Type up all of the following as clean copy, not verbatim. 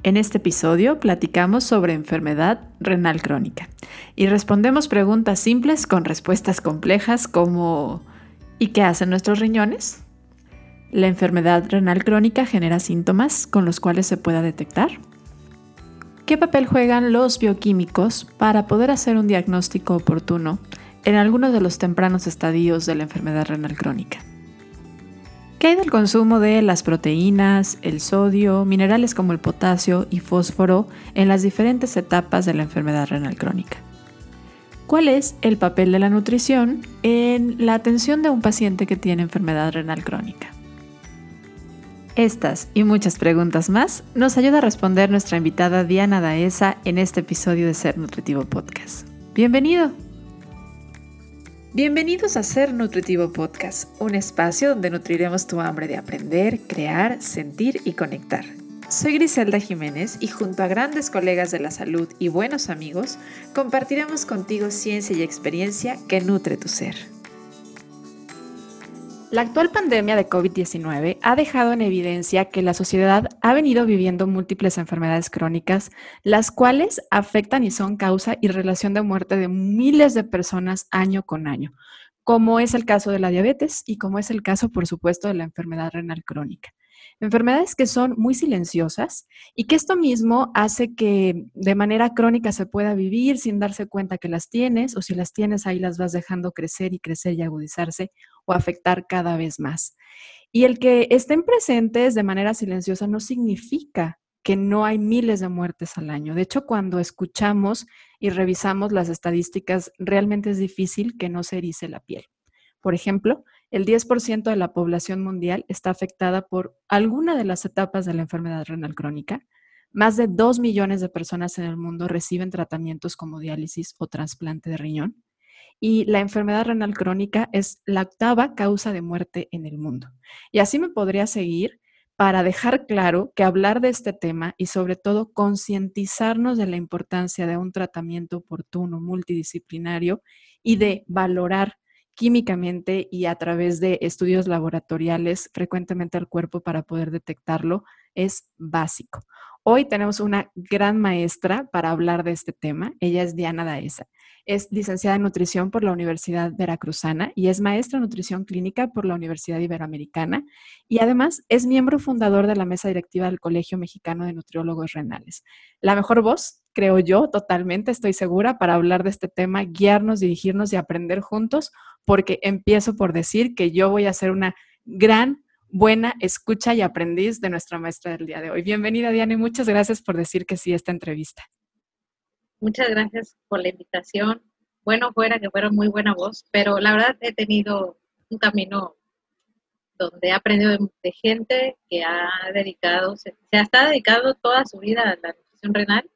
En este episodio platicamos sobre enfermedad renal crónica y respondemos preguntas simples con respuestas complejas como ¿y qué hacen nuestros riñones? ¿La enfermedad renal crónica genera síntomas con los cuales se pueda detectar? ¿Qué papel juegan los bioquímicos para poder hacer un diagnóstico oportuno en algunos de los tempranos estadios de la enfermedad renal crónica? ¿Qué hay del consumo de las proteínas, el sodio, minerales como el potasio y fósforo en las diferentes etapas de la enfermedad renal crónica? ¿Cuál es el papel de la nutrición en la atención de un paciente que tiene enfermedad renal crónica? Estas y muchas preguntas más nos ayuda a responder nuestra invitada Diana Daesa en este episodio de Ser Nutritivo Podcast. ¡Bienvenido! Bienvenidos a Ser Nutritivo Podcast, un espacio donde nutriremos tu hambre de aprender, crear, sentir y conectar. Soy Griselda Jiménez y junto a grandes colegas de la salud y buenos amigos, compartiremos contigo ciencia y experiencia que nutre tu ser. La actual pandemia de COVID-19 ha dejado en evidencia que la sociedad ha venido viviendo múltiples enfermedades crónicas, las cuales afectan y son causa y relación de muerte de miles de personas año con año, como es el caso de la diabetes y como es el caso, por supuesto, de la enfermedad renal crónica. Enfermedades que son muy silenciosas y que esto mismo hace que de manera crónica se pueda vivir sin darse cuenta que las tienes, o si las tienes ahí las vas dejando crecer y agudizarse o afectar cada vez más. Y el que estén presentes de manera silenciosa no significa que no hay miles de muertes al año. De hecho, cuando escuchamos y revisamos las estadísticas, realmente es difícil que no se erice la piel. Por ejemplo, el 10% de la población mundial está afectada por alguna de las etapas de la enfermedad renal crónica. Más de 2 millones de personas en el mundo reciben tratamientos como diálisis o trasplante de riñón. Y la enfermedad renal crónica es la octava causa de muerte en el mundo. Y así me podría seguir para dejar claro que hablar de este tema y sobre todo concientizarnos de la importancia de un tratamiento oportuno, multidisciplinario y de valorar químicamente y a través de estudios laboratoriales frecuentemente al cuerpo para poder detectarlo es básico. Hoy tenemos una gran maestra para hablar de este tema. Ella es Diana Daesa. Es licenciada en nutrición por la Universidad Veracruzana y es maestra en nutrición clínica por la Universidad Iberoamericana y además es miembro fundador de la mesa directiva del Colegio Mexicano de Nutriólogos Renales. La mejor voz, creo yo, totalmente, estoy segura, para hablar de este tema, guiarnos, dirigirnos y aprender juntos, porque empiezo por decir que yo voy a ser una gran, buena escucha y aprendiz de nuestra maestra del día de hoy. Bienvenida, Diana, y muchas gracias por decir que sí a esta entrevista. Muchas gracias por la invitación. Bueno, que fuera muy buena voz, pero la verdad he tenido un camino donde he aprendido de gente que se está dedicado toda su vida a la nutrición renal.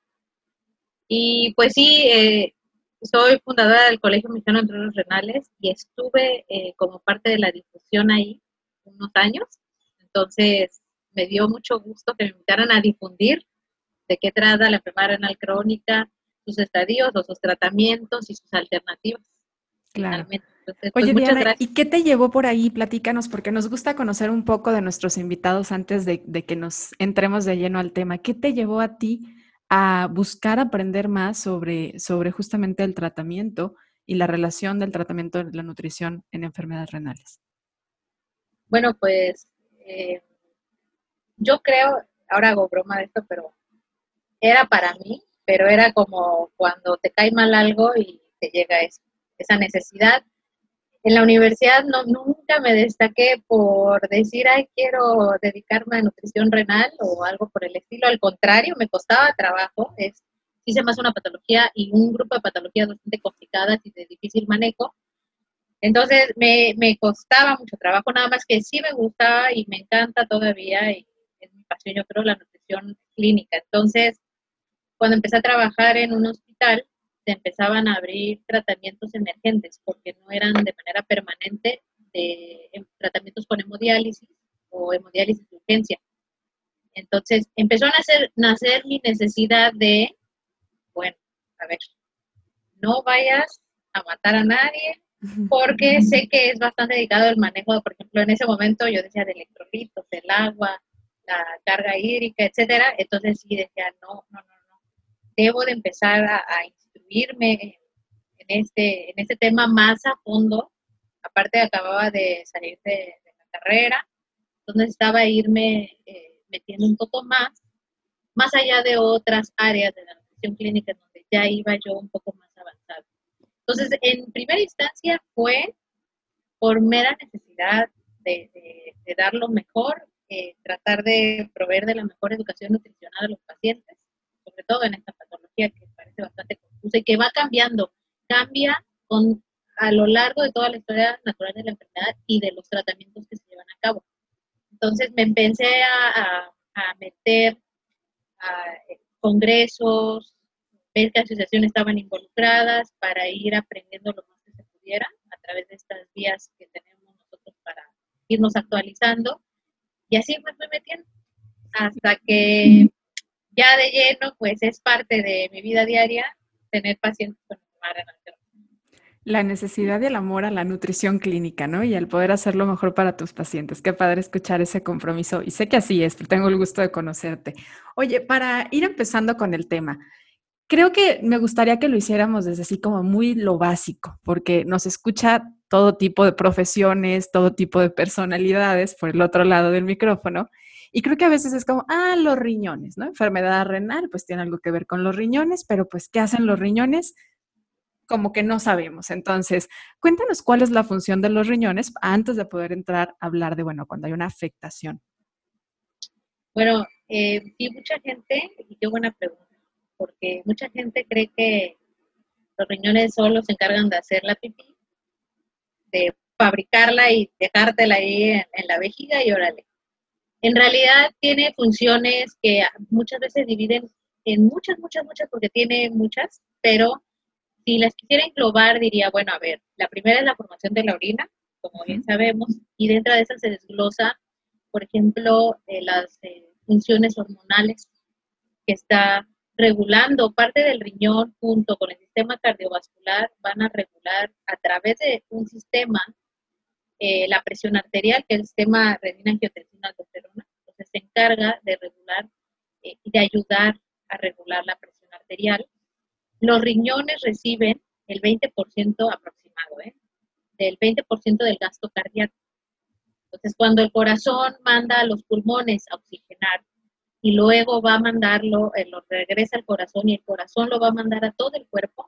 Y pues sí, soy fundadora del Colegio Mexicano de Nutriólogos Renales y estuve como parte de la difusión ahí unos años. Entonces me dio mucho gusto que me invitaran a difundir de qué trata la enfermedad renal crónica, sus estadios o sus tratamientos y sus alternativas. Claro. Finalmente. Entonces, pues Oye, muchas Diana, gracias. ¿y qué te llevó por ahí? Platícanos, porque nos gusta conocer un poco de nuestros invitados antes de que nos entremos de lleno al tema. ¿Qué te llevó a ti a buscar aprender más sobre justamente el tratamiento y la relación del tratamiento de la nutrición en enfermedades renales? Bueno, pues yo creo, ahora hago broma de esto, pero era para mí, pero era como cuando te cae mal algo y te llega esa necesidad. En la universidad nunca me destaqué por decir, ay, quiero dedicarme a nutrición renal o algo por el estilo. Al contrario, me costaba trabajo. Sí se me hace una patología y un grupo de patologías bastante complicadas y de difícil manejo. Entonces me costaba mucho trabajo, nada más que sí me gustaba y me encanta todavía y es mi pasión, yo creo, la nutrición clínica. Entonces, cuando empecé a trabajar en un hospital, se empezaban a abrir tratamientos emergentes porque no eran de manera permanente de tratamientos con hemodiálisis o hemodiálisis de urgencia. Entonces empezó a nacer mi necesidad de, bueno, a ver, no vayas a matar a nadie porque sé que es bastante dedicado el manejo, por ejemplo, en ese momento yo decía de electrolitos, del agua, la carga hídrica, etcétera. Entonces sí decía, no, debo de empezar a instruirme en este tema más a fondo. Aparte acababa de salir de la carrera, entonces estaba irme metiendo un poco más allá de otras áreas de la nutrición clínica donde ya iba yo un poco más avanzado. Entonces, en primera instancia fue por mera necesidad de dar lo mejor, tratar de proveer de la mejor educación nutricional a los pacientes, sobre todo en esta patología que parece bastante confusa y que va cambiando, cambia a lo largo de toda la historia natural de la enfermedad y de los tratamientos que se llevan a cabo. Entonces me empecé a meter a congresos, ver qué asociaciones estaban involucradas para ir aprendiendo lo más que se pudiera a través de estas vías que tenemos nosotros para irnos actualizando. Y así me fui metiendo hasta que ya de lleno, pues es parte de mi vida diaria tener pacientes con enfermedad renal crónica. La necesidad y el amor a la nutrición clínica, ¿no? Y al poder hacerlo mejor para tus pacientes. Qué padre escuchar ese compromiso. Y sé que así es, tengo el gusto de conocerte. Oye, para ir empezando con el tema, creo que me gustaría que lo hiciéramos desde así como muy lo básico, porque nos escucha todo tipo de profesiones, todo tipo de personalidades por el otro lado del micrófono. Y creo que a veces es como, los riñones, ¿no? Enfermedad renal, pues tiene algo que ver con los riñones, pero pues, ¿qué hacen los riñones? Como que no sabemos. Entonces, cuéntanos cuál es la función de los riñones antes de poder entrar a hablar de, bueno, cuando hay una afectación. Bueno, sí, mucha gente, y qué buena pregunta, porque mucha gente cree que los riñones solo se encargan de hacer la pipí, de fabricarla y dejártela ahí en la vejiga y órale. En realidad tiene funciones que muchas veces dividen en muchas, porque tiene muchas, pero si las quisiera englobar, diría, bueno, a ver, la primera es la formación de la orina, como bien sabemos, y dentro de esa se desglosa, por ejemplo, las funciones hormonales que está regulando parte del riñón junto con el sistema cardiovascular, van a regular a través de un sistema la presión arterial, que es el sistema renina-angiotensina-aldosterona. Entonces se encarga de regular y de ayudar a regular la presión arterial. Los riñones reciben el 20% aproximado, del 20% del gasto cardíaco. Entonces, cuando el corazón manda a los pulmones a oxigenar y luego va a mandarlo, lo regresa al corazón y el corazón lo va a mandar a todo el cuerpo,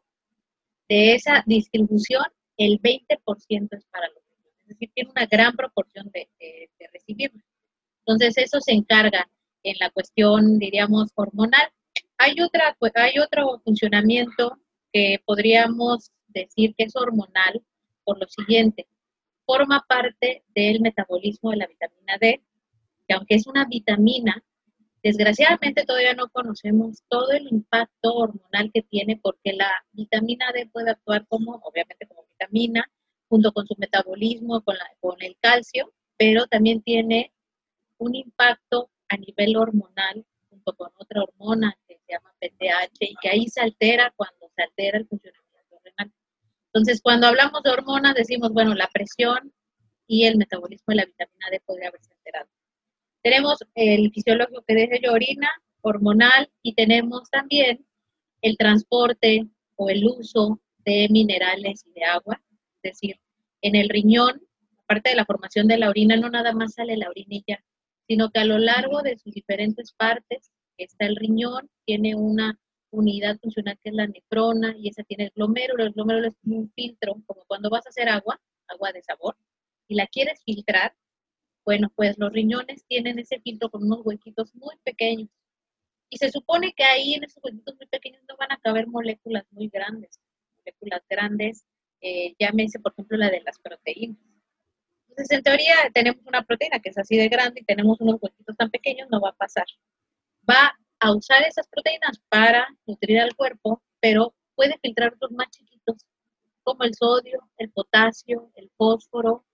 de esa distribución, el 20% es para los riñones. Es decir, tiene una gran proporción de recibirlo. Entonces, eso se encarga en la cuestión, diríamos, hormonal. Hay otro funcionamiento que podríamos decir que es hormonal por lo siguiente. Forma parte del metabolismo de la vitamina D, que aunque es una vitamina, desgraciadamente todavía no conocemos todo el impacto hormonal que tiene porque la vitamina D puede actuar como, obviamente como vitamina, junto con su metabolismo, con el calcio, pero también tiene un impacto a nivel hormonal junto con otra hormona que se llama PTH y que ahí se altera cuando se altera el funcionamiento renal. Entonces, cuando hablamos de hormonas, decimos, bueno, la presión y el metabolismo de la vitamina D podría haberse alterado. Tenemos el fisiológico que dije yo, orina, hormonal, y tenemos también el transporte o el uso de minerales y de agua. Es decir, en el riñón, aparte de la formación de la orina, no nada más sale la orinilla, sino que a lo largo de sus diferentes partes está el riñón, tiene una unidad funcional que es la nefrona, y esa tiene el glomérulo. El glomérulo es como un filtro, como cuando vas a hacer agua de sabor, y la quieres filtrar. Bueno, pues los riñones tienen ese filtro con unos huequitos muy pequeños. Y se supone que ahí en esos huequitos muy pequeños no van a caber moléculas muy grandes. Moléculas grandes, llámese por ejemplo la de las proteínas. Entonces, en teoría, tenemos una proteína que es así de grande y tenemos unos huequitos tan pequeños, no va a pasar. Va a usar esas proteínas para nutrir al cuerpo, pero puede filtrar otros más chiquitos, como el sodio, el potasio, el fósforo,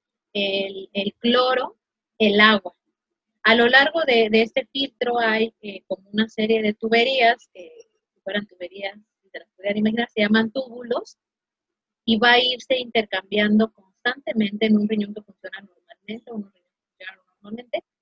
el cloro, el agua. A lo largo de este filtro hay como una serie de tuberías, que si fueran tuberías, si se las pudieran imaginar, se llaman túbulos, y va a irse intercambiando constantemente en un riñón que funciona normalmente o un riñón que funciona normalmente,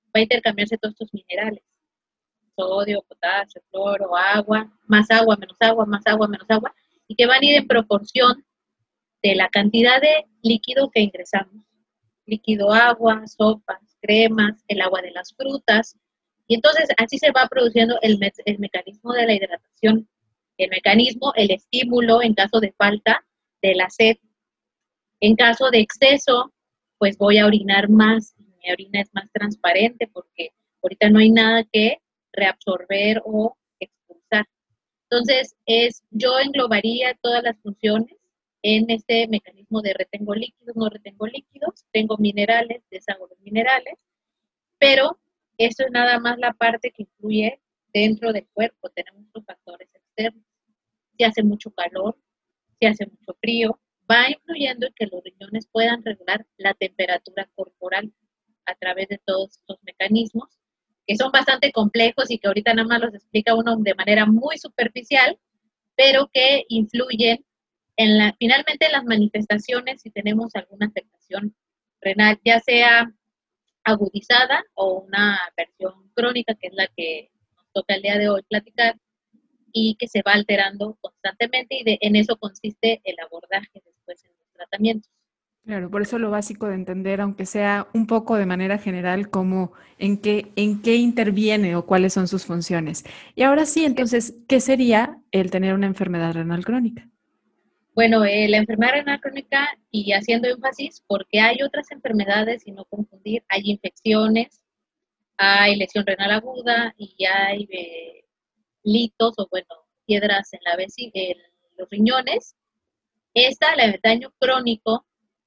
va a intercambiarse todos estos minerales, sodio, potasio, cloro, agua, más agua, menos agua, más agua, menos agua, y que van a ir en proporción de la cantidad de líquido que ingresamos. Líquido, agua, sopas, cremas, el agua de las frutas. Y entonces así se va produciendo el mecanismo de la hidratación, el mecanismo, el estímulo en caso de falta de la sed. En caso de exceso, pues voy a orinar más, mi orina es más transparente porque ahorita no hay nada que reabsorber o expulsar. Entonces, yo englobaría todas las funciones en este mecanismo de retengo líquidos, no retengo líquidos, tengo minerales, deshago los minerales, pero eso es nada más la parte que influye dentro del cuerpo, tenemos los factores externos. Si hace mucho calor, si hace mucho frío, va influyendo en que los riñones puedan regular la temperatura corporal a través de todos estos mecanismos, que son bastante complejos y que ahorita nada más los explica uno de manera muy superficial, pero que influyen finalmente en las manifestaciones si tenemos alguna afectación renal, ya sea agudizada o una versión crónica, que es la que nos toca el día de hoy platicar, y que se va alterando constantemente y en eso consiste el abordaje después en los tratamientos. Claro, por eso lo básico de entender, aunque sea un poco de manera general, cómo, en qué interviene o cuáles son sus funciones. Y ahora sí, entonces, ¿qué sería el tener una enfermedad renal crónica? Bueno, la enfermedad renal crónica, y haciendo énfasis, porque hay otras enfermedades, y no confundir, hay infecciones, hay lesión renal aguda y hay litos o, bueno, piedras en en los riñones. El daño crónico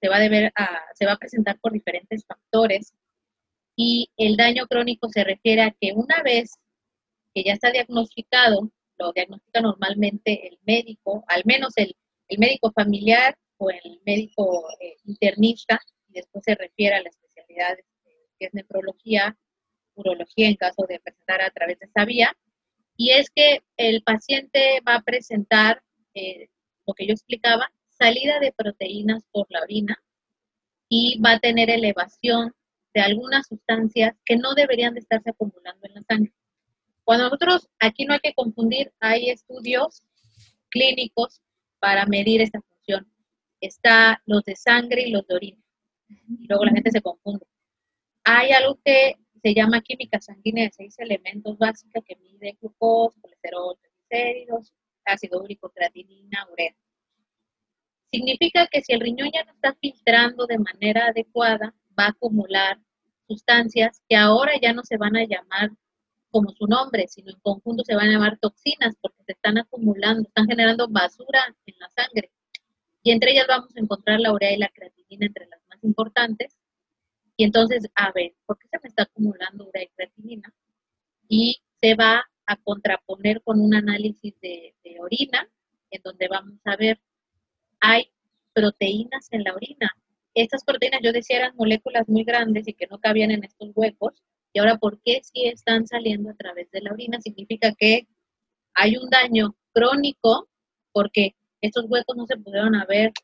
se va a presentar por diferentes factores, y el daño crónico se refiere a que una vez que ya está diagnosticado, lo diagnostica normalmente el médico, al menos el médico familiar o el médico internista, y después se refiere a la especialidad que es nefrología, urología en caso de presentar a través de esa vía, y es que el paciente va a presentar, lo que yo explicaba, salida de proteínas por la orina, y va a tener elevación de algunas sustancias que no deberían de estarse acumulando en la sangre. Cuando nosotros, aquí no hay que confundir, hay estudios clínicos para medir esta función. Está los de sangre y los de orina, y luego la gente se confunde. Hay algo que se llama química sanguínea de 6 elementos básicos que mide glucosa, colesterol, triglicéridos, ácido úrico, creatinina, urea. Significa que si el riñón ya no está filtrando de manera adecuada, va a acumular sustancias que ahora ya no se van a llamar como su nombre, sino en conjunto se van a llamar toxinas, porque se están acumulando, están generando basura en la sangre. Y entre ellas vamos a encontrar la urea y la creatinina entre las más importantes. Y entonces, a ver, ¿por qué se me está acumulando urea y creatinina? Y se va a contraponer con un análisis de orina, en donde vamos a ver, hay proteínas en la orina. Estas proteínas, yo decía, eran moléculas muy grandes y que no cabían en estos huecos. Y ahora, ¿por qué si están saliendo a través de la orina? Significa que hay un daño crónico, porque estos huecos no se pudieron haber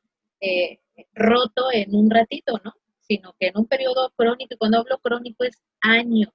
roto en un ratito, ¿no? Sino que en un periodo crónico, y cuando hablo crónico es años,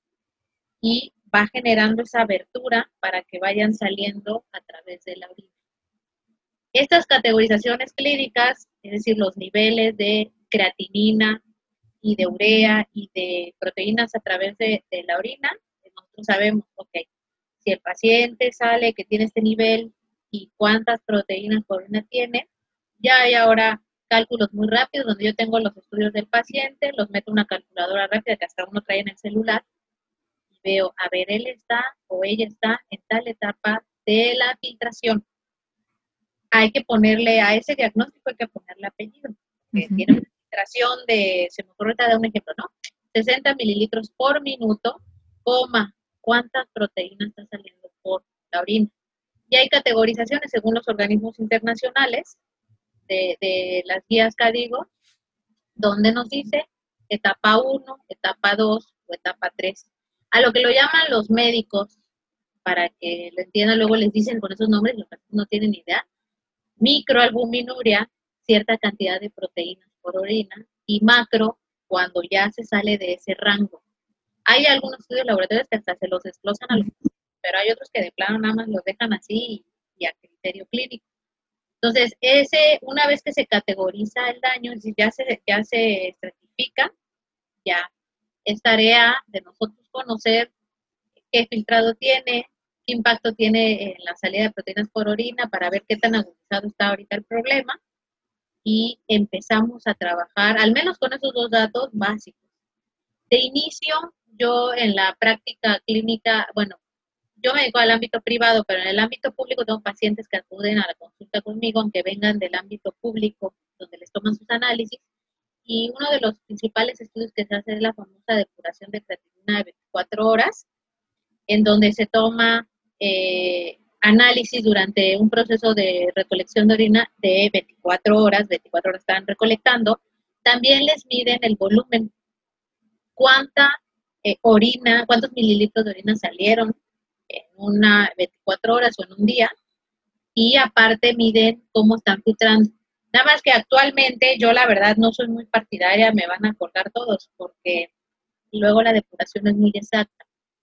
y va generando esa abertura para que vayan saliendo a través de la orina. Estas categorizaciones clínicas, es decir, los niveles de creatinina y de urea y de proteínas a través de la orina, nosotros sabemos, ok, si el paciente sale que tiene este nivel y cuántas proteínas por orina tiene, ya hay ahora cálculos muy rápidos donde yo tengo los estudios del paciente, los meto en una calculadora rápida que hasta uno trae en el celular, y veo, a ver, él está o ella está en tal etapa de la filtración. Hay que ponerle a ese diagnóstico, hay que ponerle apellido, que tiene una filtración de, se me ocurre dar un ejemplo, ¿no? 60 mililitros por minuto, coma, ¿cuántas proteínas está saliendo por la orina? Y hay categorizaciones según los organismos internacionales de las guías CADIGO, donde nos dice etapa 1, etapa 2 o etapa 3. A lo que lo llaman los médicos, para que lo entiendan, luego les dicen con esos nombres, los que no tienen idea, microalbuminuria, cierta cantidad de proteínas por orina, y macro, cuando ya se sale de ese rango. Hay algunos estudios laboratorios que hasta se los desglosan a los, pero hay otros que de plano nada más los dejan así y a criterio clínico. Entonces, una vez que se categoriza el daño, es decir, ya se estratifica, ya es tarea de nosotros conocer qué filtrado tiene, qué impacto tiene en la salida de proteínas por orina para ver qué tan agudizado está ahorita el problema y empezamos a trabajar, al menos con esos dos datos básicos. De inicio, yo en la práctica clínica, bueno, yo me dedico al ámbito privado, pero en el ámbito público tengo pacientes que acuden a la consulta conmigo, aunque vengan del ámbito público, donde les toman sus análisis. Y uno de los principales estudios que se hace es la famosa depuración de creatinina de 24 horas, en donde se toma análisis durante un proceso de recolección de orina de 24 horas están recolectando. También les miden el volumen, cuánta orina, cuántos mililitros de orina salieron en una 24 horas o en un día, y aparte miden cómo están filtrando. Nada más que actualmente yo la verdad no soy muy partidaria, me van a acordar todos, porque luego la depuración es muy exacta.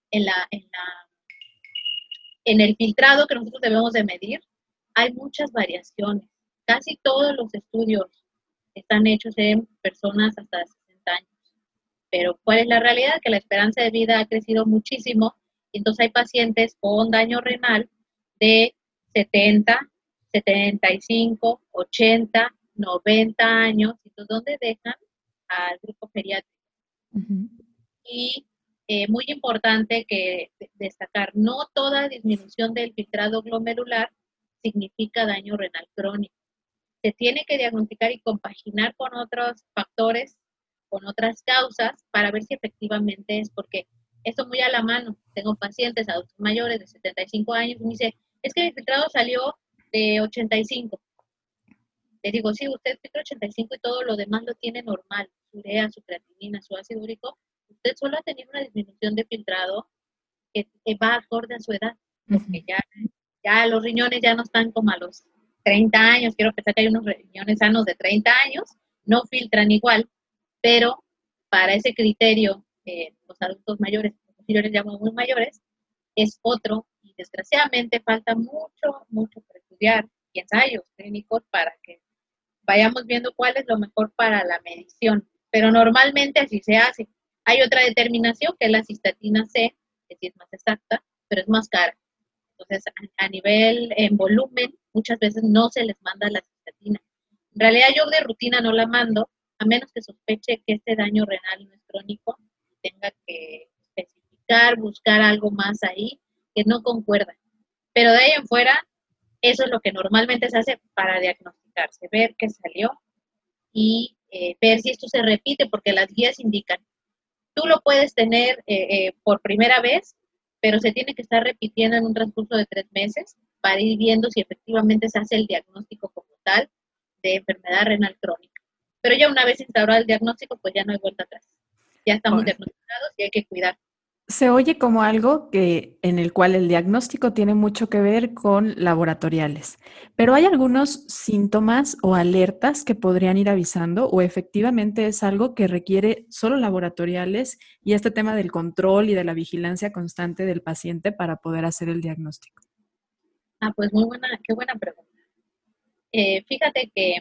En el filtrado que nosotros debemos de medir, hay muchas variaciones. Casi todos los estudios están hechos en personas hasta de 60 años. Pero ¿cuál es la realidad? Que la esperanza de vida ha crecido muchísimo y entonces hay pacientes con daño renal de 70, 75, 80, 90 años, entonces ¿dónde dejan al grupo geriátrico? Uh-huh. Y muy importante que destacar, no toda disminución del filtrado glomerular significa daño renal crónico. Se tiene que diagnosticar y compaginar con otros factores, con otras causas, para ver si efectivamente es, porque esto muy a la mano. Tengo pacientes adultos mayores de 75 años y me dice, es que el filtrado salió de 85. Le digo, sí, usted filtra 85 y todo lo demás lo tiene normal, su urea, su creatinina, su ácido úrico. Usted solo ha tenido una disminución de filtrado que va acorde a su edad, porque ya los riñones ya no están como a los 30 años, quiero pensar que hay unos riñones sanos de 30 años, no filtran igual, pero para ese criterio, los adultos mayores, yo les llamo muy mayores, es otro, y desgraciadamente falta mucho por estudiar y ensayos clínicos para que vayamos viendo cuál es lo mejor para la medición, pero normalmente así se hace. Hay otra determinación que es la cistatina C, que sí es más exacta, pero es más cara. Entonces, a nivel en volumen, muchas veces no se les manda la cistatina. En realidad yo de rutina no la mando, a menos que sospeche que este daño renal no es crónico, tenga que especificar, buscar algo más ahí que no concuerda. Pero de ahí en fuera, eso es lo que normalmente se hace para diagnosticarse, ver qué salió y ver si esto se repite, porque las guías indican, tú lo puedes tener por primera vez, pero se tiene que estar repitiendo en un transcurso de 3 meses para ir viendo si efectivamente se hace el diagnóstico como tal de enfermedad renal crónica. Pero ya una vez instaurado el diagnóstico, pues ya no hay vuelta atrás. Ya estamos diagnosticados y hay que cuidar. Se oye como algo en el cual el diagnóstico tiene mucho que ver con laboratoriales, pero ¿hay algunos síntomas o alertas que podrían ir avisando o efectivamente es algo que requiere solo laboratoriales y este tema del control y de la vigilancia constante del paciente para poder hacer el diagnóstico? Pues qué buena pregunta. Fíjate que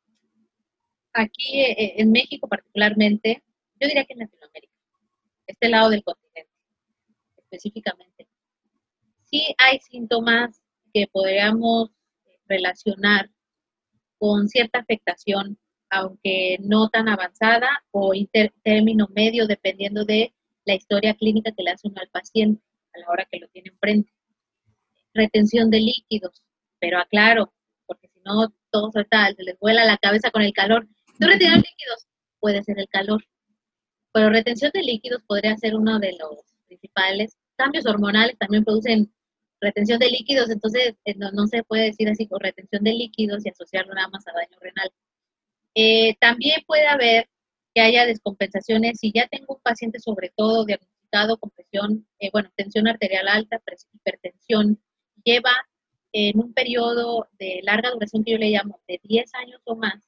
aquí en México particularmente, yo diría que en Latinoamérica, este lado del continente específicamente, sí hay síntomas que podríamos relacionar con cierta afectación, aunque no tan avanzada o término medio, dependiendo de la historia clínica que le hace uno al paciente a la hora que lo tiene enfrente. Retención de líquidos, pero aclaro, porque si no, todos ahorita se les vuela la cabeza con el calor. ¿Tú retienes líquidos? Puede ser el calor, pero retención de líquidos podría ser uno de los principales. Cambios hormonales también producen retención de líquidos, entonces no se puede decir así con retención de líquidos y asociarlo nada más a daño renal. También puede haber que haya descompensaciones. Si ya tengo un paciente sobre todo diagnosticado con presión, tensión arterial alta, hipertensión, lleva en un periodo de larga duración que yo le llamo de 10 años o más,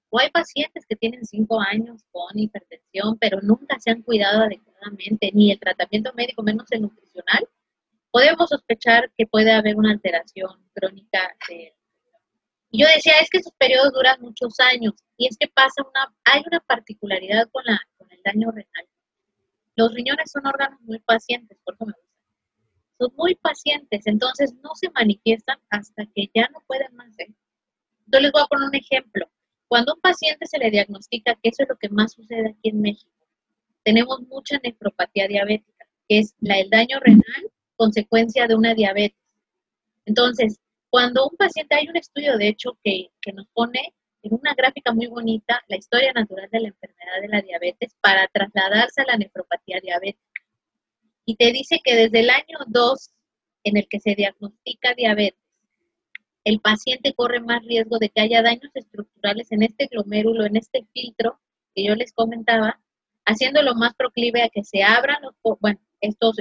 O hay pacientes que tienen 5 años con hipertensión, pero nunca se han cuidado adecuadamente, ni el tratamiento médico, menos el nutricional. Podemos sospechar que puede haber una alteración crónica de... Y yo decía, es que esos periodos duran muchos años, y es que hay una particularidad con el daño renal. Los riñones son órganos muy pacientes, por eso me gusta. Son muy pacientes, entonces no se manifiestan hasta que ya no pueden más. Entonces les voy a poner un ejemplo. Cuando a un paciente se le diagnostica, que eso es lo que más sucede aquí en México, tenemos mucha nefropatía diabética, que es el daño renal consecuencia de una diabetes. Entonces, cuando un paciente, hay un estudio de hecho que nos pone en una gráfica muy bonita la historia natural de la enfermedad de la diabetes para trasladarse a la nefropatía diabética. Y te dice que desde el año 2 en el que se diagnostica diabetes, el paciente corre más riesgo de que haya daños estructurales en este glomérulo, en este filtro que yo les comentaba, haciéndolo más proclive a que se abran estos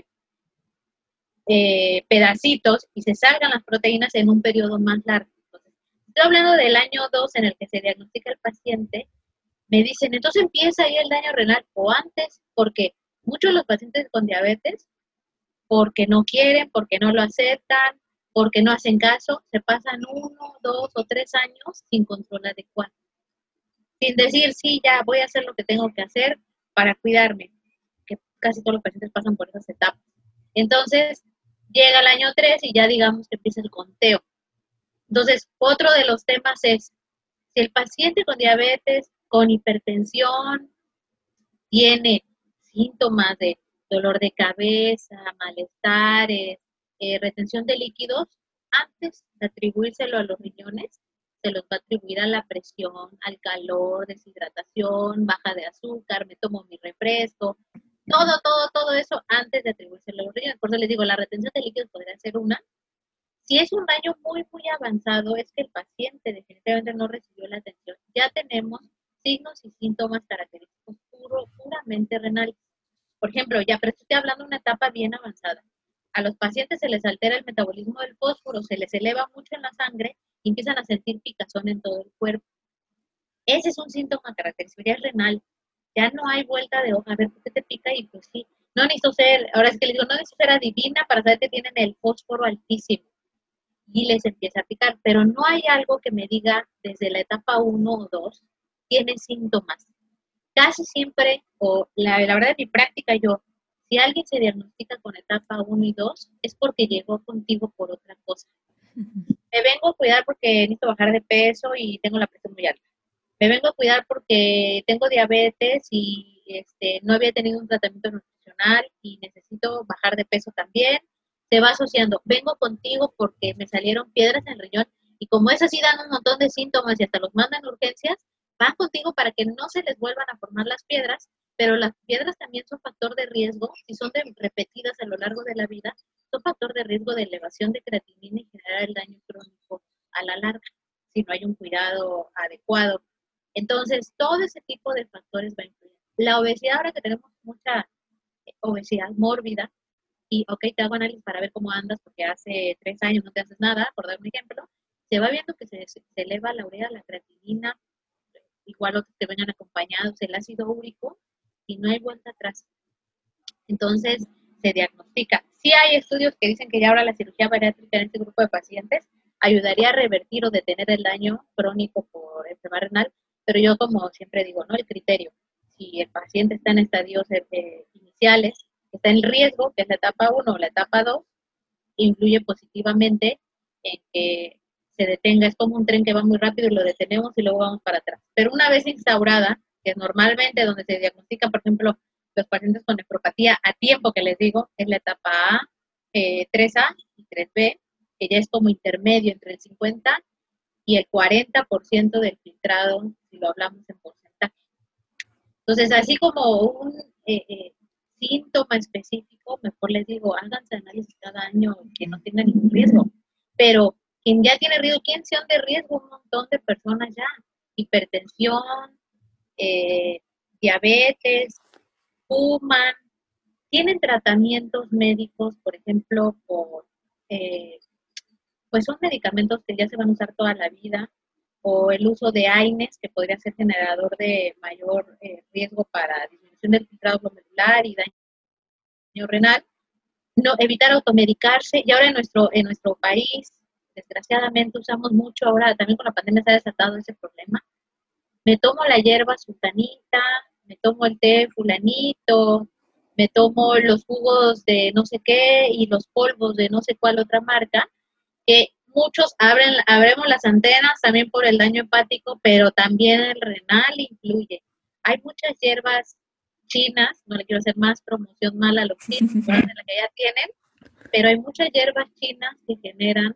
pedacitos y se salgan las proteínas en un periodo más largo. Entonces, estoy hablando del año 2 en el que se diagnostica el paciente. Me dicen, entonces empieza ahí el daño renal o antes, porque muchos de los pacientes con diabetes, porque no quieren, porque no lo aceptan, porque no hacen caso, se pasan 1, 2 o 3 años sin control adecuado. Sin decir, sí, ya voy a hacer lo que tengo que hacer para cuidarme, que casi todos los pacientes pasan por esas etapas. Entonces, llega el año 3 y ya digamos que empieza el conteo. Entonces, otro de los temas es, si el paciente con diabetes, con hipertensión, tiene síntomas de dolor de cabeza, malestares, retención de líquidos, antes de atribuírselo a los riñones, se los va a atribuir a la presión, al calor, deshidratación, baja de azúcar, me tomo mi refresco, todo eso antes de atribuírselo a los riñones. Por eso les digo, la retención de líquidos podría ser una. Si es un daño muy, muy avanzado, es que el paciente definitivamente no recibió la atención. Ya tenemos signos y síntomas característicos puramente renales. Por ejemplo, ya, pero estoy hablando de una etapa bien avanzada. A los pacientes se les altera el metabolismo del fósforo, se les eleva mucho en la sangre y empiezan a sentir picazón en todo el cuerpo. Ese es un síntoma característico, ya es renal. Ya no hay vuelta de hoja, a ver por qué te pica y pues sí. No necesito ser, ahora es que les digo, no necesito ser adivina para saber que tienen el fósforo altísimo y les empieza a picar, pero no hay algo que me diga desde la etapa 1 o 2, tiene síntomas. Casi siempre, o la verdad de mi práctica, si alguien se diagnostica con etapa 1 y 2, es porque llegó contigo por otra cosa. Me vengo a cuidar porque necesito bajar de peso y tengo la presión muy alta. Me vengo a cuidar porque tengo diabetes y no había tenido un tratamiento nutricional y necesito bajar de peso también. Se va asociando, vengo contigo porque me salieron piedras en el riñón y como es así dan un montón de síntomas y hasta los mandan a urgencias, van contigo para que no se les vuelvan a formar las piedras, pero las piedras también son factor de riesgo, si son repetidas a lo largo de la vida, son factor de riesgo de elevación de creatinina y generar el daño crónico a la larga, si no hay un cuidado adecuado. Entonces, todo ese tipo de factores va a influir. La obesidad, ahora que tenemos mucha obesidad mórbida, y ok, te hago análisis para ver cómo andas, porque hace 3 años no te haces nada, por dar un ejemplo, se va viendo que se eleva la urea, la creatinina, igual otros que vengan acompañados, el ácido úrico, y no hay vuelta atrás. Entonces, se diagnostica. Sí hay estudios que dicen que ya ahora la cirugía bariátrica en este grupo de pacientes ayudaría a revertir o detener el daño crónico por enfermedad renal, pero yo como siempre digo, ¿no? El criterio, si el paciente está en estadios iniciales, está en riesgo, que es la etapa 1 o la etapa 2, influye positivamente en que se detenga. Es como un tren que va muy rápido y lo detenemos y luego vamos para atrás. Pero una vez instaurada, que es normalmente donde se diagnostica, por ejemplo, los pacientes con nefropatía a tiempo, que les digo, es la etapa A, 3A y 3B, que ya es como intermedio entre el 50 y el 40% del filtrado, si lo hablamos en porcentaje. Entonces, así como un síntoma específico, mejor les digo, háganse análisis cada año que no tenga ningún riesgo. Pero quien ya tiene riesgo, ¿quién son de riesgo? Un montón de personas ya. Hipertensión, diabetes, fuman, tienen tratamientos médicos, por ejemplo, pues son medicamentos que ya se van a usar toda la vida. o el uso de AINES, que podría ser generador de mayor riesgo para disminución del filtrado glomerular y daño renal. No, evitar automedicarse. Y ahora en nuestro país, desgraciadamente, usamos mucho, ahora también con la pandemia se ha desatado ese problema. Me tomo la hierba sultanita, me tomo el té fulanito, me tomo los jugos de no sé qué y los polvos de no sé cuál otra marca, que muchos abremos las antenas también por el daño hepático, pero también el renal influye. Hay muchas hierbas chinas, no le quiero hacer más promoción mala a los chinos, de la que ya tienen, pero hay muchas hierbas chinas que generan,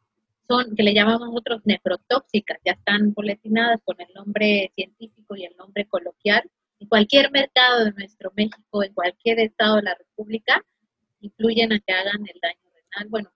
que le llamamos nosotros nefrotóxicas, ya están boletinadas con el nombre científico y el nombre coloquial. En cualquier mercado de nuestro México, en cualquier estado de la República, influyen a que hagan el daño renal. Bueno,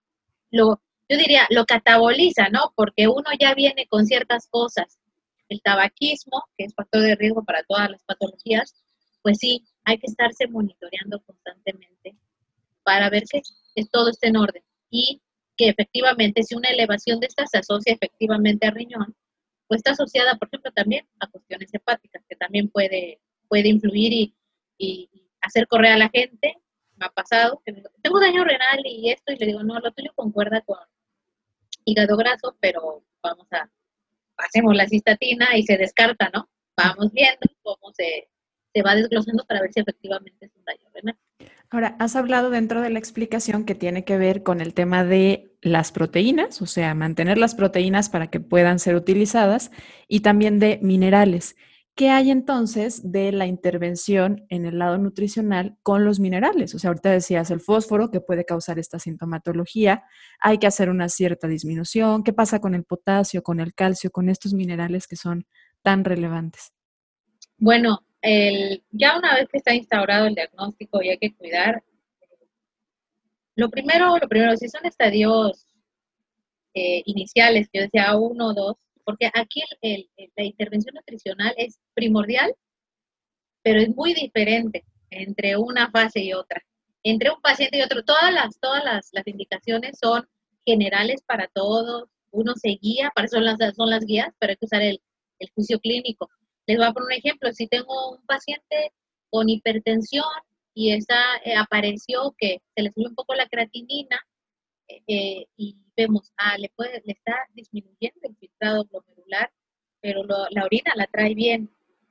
yo diría, lo cataboliza, ¿no? Porque uno ya viene con ciertas cosas. El tabaquismo, que es factor de riesgo para todas las patologías, pues sí, hay que estarse monitoreando constantemente para ver que todo esté en orden. Y que efectivamente, si una elevación de esta se asocia efectivamente a riñón, pues está asociada, por ejemplo, también a cuestiones hepáticas, que también puede influir y hacer correr a la gente. Me ha pasado que me digo, tengo daño renal y esto, y le digo, no, lo tuyo concuerda con hígado graso, pero hacemos la cistatina y se descarta, ¿no? Vamos viendo cómo se va desglosando para ver si efectivamente es un daño renal. Ahora, has hablado dentro de la explicación que tiene que ver con el tema de las proteínas, o sea, mantener las proteínas para que puedan ser utilizadas, y también de minerales. ¿Qué hay entonces de la intervención en el lado nutricional con los minerales? O sea, ahorita decías el fósforo que puede causar esta sintomatología, hay que hacer una cierta disminución. ¿Qué pasa con el potasio, con el calcio, con estos minerales que son tan relevantes? Bueno, ya una vez que está instaurado el diagnóstico y hay que cuidar, lo primero, si son estadios iniciales, que yo decía 1 o 2, porque aquí la intervención nutricional es primordial, pero es muy diferente entre una fase y otra. Entre un paciente y otro, todas las indicaciones son generales para todos, uno se guía, para eso son las guías, pero hay que usar el juicio clínico. Les voy a poner un ejemplo, si tengo un paciente con hipertensión y apareció que se le sube un poco la creatinina, y vemos, le está disminuyendo el filtrado glomerular, pero la orina la trae bien.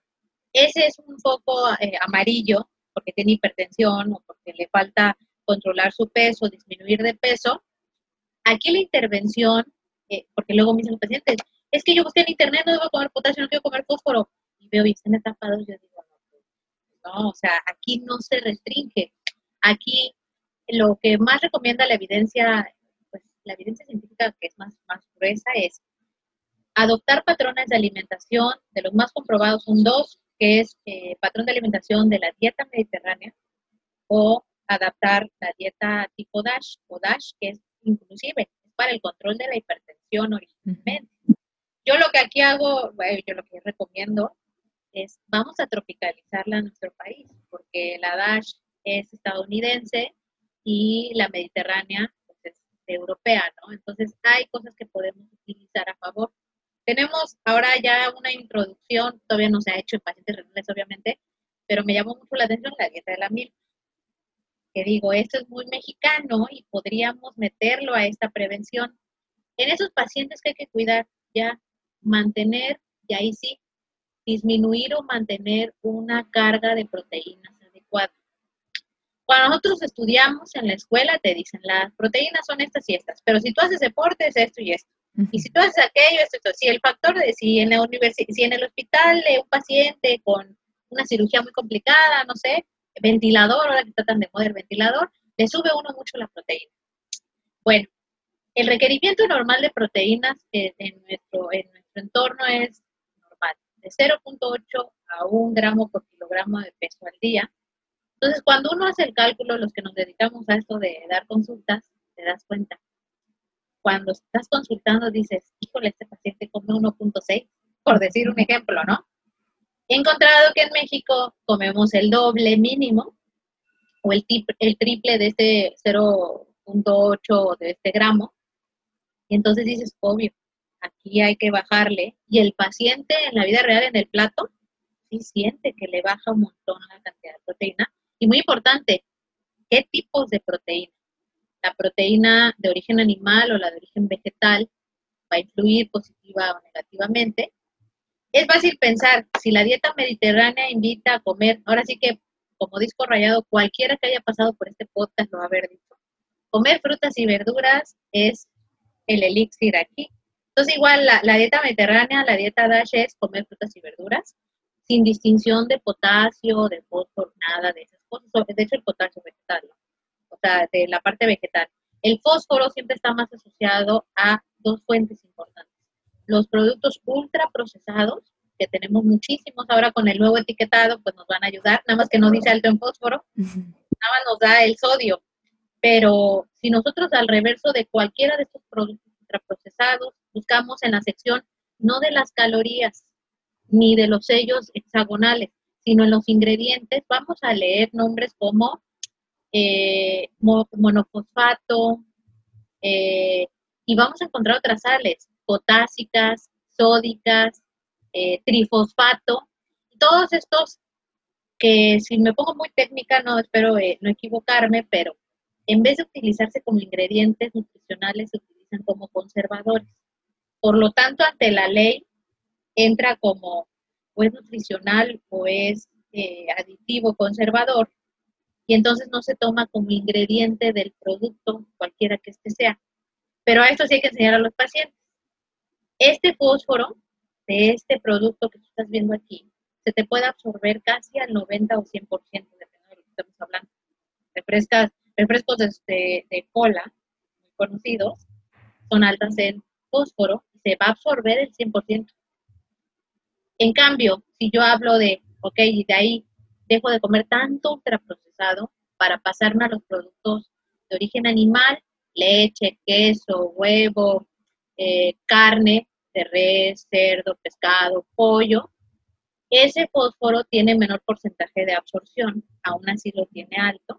Ese es un poco amarillo, porque tiene hipertensión o porque le falta controlar su peso, disminuir de peso. Aquí la intervención, porque luego me dicen los pacientes, es que yo busqué en internet, no debo comer potasio, no quiero comer fósforo, y veo y están tapados, yo digo, no, o sea, aquí no se restringe. Aquí lo que más recomienda la evidencia, pues la evidencia científica que es más gruesa, es adoptar patrones de alimentación. De los más comprobados son dos, que es patrón de alimentación de la dieta mediterránea o adaptar la dieta tipo DASH o DASH, que es inclusive para el control de la hipertensión originalmente. Yo lo que aquí hago, yo lo que recomiendo es vamos a tropicalizarla a nuestro país, porque la DASH es estadounidense y la mediterránea pues, es europea, ¿no? Entonces hay cosas que podemos utilizar a favor. Tenemos ahora ya una introducción, todavía no se ha hecho en pacientes renales, obviamente, pero me llamó mucho la atención la dieta de la milpa, que digo, esto es muy mexicano y podríamos meterlo a esta prevención. En esos pacientes que hay que cuidar, ya mantener, y ahí sí, disminuir o mantener una carga de proteínas adecuada. Cuando nosotros estudiamos en la escuela, te dicen, las proteínas son estas y estas, pero si tú haces deporte, es esto y esto. Y si tú haces aquello, esto. Si el factor si en la si en el hospital un paciente con una cirugía muy complicada, no sé, ventilador, ahora que tratan de mover ventilador, le sube uno mucho la proteína. Bueno, el requerimiento normal de proteínas en nuestro entorno es normal, de 0.8 a 1 gramo por kilogramo de peso al día. Entonces, cuando uno hace el cálculo, los que nos dedicamos a esto de dar consultas, te das cuenta. Cuando estás consultando dices, híjole, este paciente come 1.6, por decir un ejemplo, ¿no? He encontrado que en México comemos el doble mínimo o el triple de este 0.8 de este gramo. Y entonces dices, obvio, aquí hay que bajarle, y el paciente en la vida real, en el plato, sí siente que le baja un montón la cantidad de proteína. Y muy importante, ¿qué tipos de proteína? La proteína de origen animal o la de origen vegetal va a influir positiva o negativamente. Es fácil pensar, si la dieta mediterránea invita a comer, ahora sí que, como disco rayado, cualquiera que haya pasado por este podcast lo va a haber dicho. Comer frutas y verduras es el elixir aquí. Entonces, igual la dieta mediterránea, la dieta DASH es comer frutas y verduras, sin distinción de potasio, de fósforo, nada de esas cosas. De hecho, el potasio vegetal, ¿no? O sea, de la parte vegetal. El fósforo siempre está más asociado a dos fuentes importantes. Los productos ultraprocesados, que tenemos muchísimos ahora con el nuevo etiquetado, pues nos van a ayudar, nada más que no dice alto en fósforo, nada más nos da el sodio. Pero si nosotros al reverso de cualquiera de estos productos ultraprocesados buscamos en la sección no de las calorías ni de los sellos hexagonales, sino en los ingredientes, vamos a leer nombres como monofosfato, y vamos a encontrar otras sales, potásicas, sódicas, trifosfato, todos estos que, si me pongo muy técnica, no espero no equivocarme, pero en vez de utilizarse como ingredientes nutricionales, se utilizan como conservadores. Por lo tanto, ante la ley, entra como o es nutricional o es aditivo conservador, y entonces no se toma como ingrediente del producto, cualquiera que este sea. Pero a esto sí hay que enseñar a los pacientes. Este fósforo de este producto que tú estás viendo aquí, se te puede absorber casi al 90 o 100%, dependiendo de lo que estamos hablando. Refrescos de cola, muy conocidos, son altas en fósforo y se va a absorber el 100%. En cambio, si yo hablo de, ok, y de ahí dejo de comer tanto ultraprocesado para pasarme a los productos de origen animal, leche, queso, huevo, carne de res, cerdo, pescado, pollo, ese fósforo tiene menor porcentaje de absorción, aún así lo tiene alto.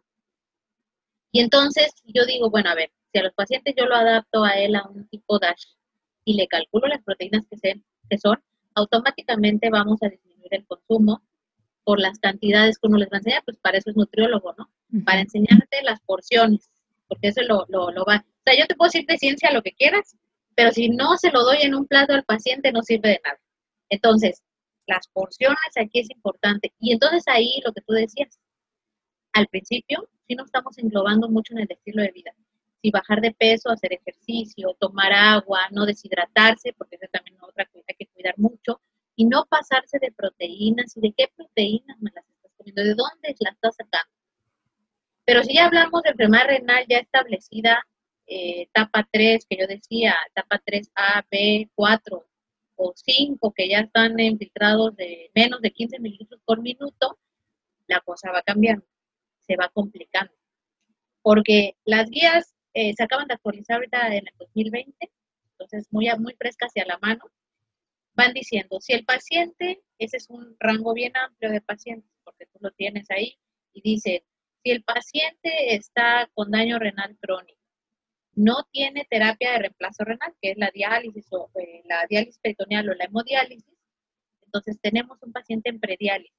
Y entonces yo digo, bueno, a ver, si a los pacientes yo lo adapto a él a un tipo DASH y le calculo las proteínas que son, automáticamente vamos a disminuir el consumo por las cantidades que uno les va a enseñar, pues para eso es nutriólogo, ¿no? Para enseñarte las porciones, porque eso lo va. O sea, yo te puedo decir de ciencia lo que quieras, pero si no se lo doy en un plato al paciente no sirve de nada. Entonces, las porciones aquí es importante. Y entonces ahí lo que tú decías, al principio sí nos estamos englobando mucho en el estilo de vida. Si bajar de peso, hacer ejercicio, tomar agua, no deshidratarse, porque eso también es otra cosa que hay que cuidar mucho, y no pasarse de proteínas y de qué proteínas me las estás comiendo, de dónde las estás sacando. Pero si ya hablamos de enfermedad renal ya establecida, etapa 3, que yo decía, etapa 3A, B, 4 o 5, que ya están en filtrados de menos de 15 mililitros por minuto, la cosa va cambiando, se va complicando. Porque las guías se acaban de actualizar ahorita en el 2020, entonces muy fresca hacia la mano, van diciendo, si el paciente, ese es un rango bien amplio de pacientes, porque tú lo tienes ahí, y dice, si el paciente está con daño renal crónico, no tiene terapia de reemplazo renal, que es la diálisis o la diálisis peritoneal o la hemodiálisis, entonces tenemos un paciente en prediálisis.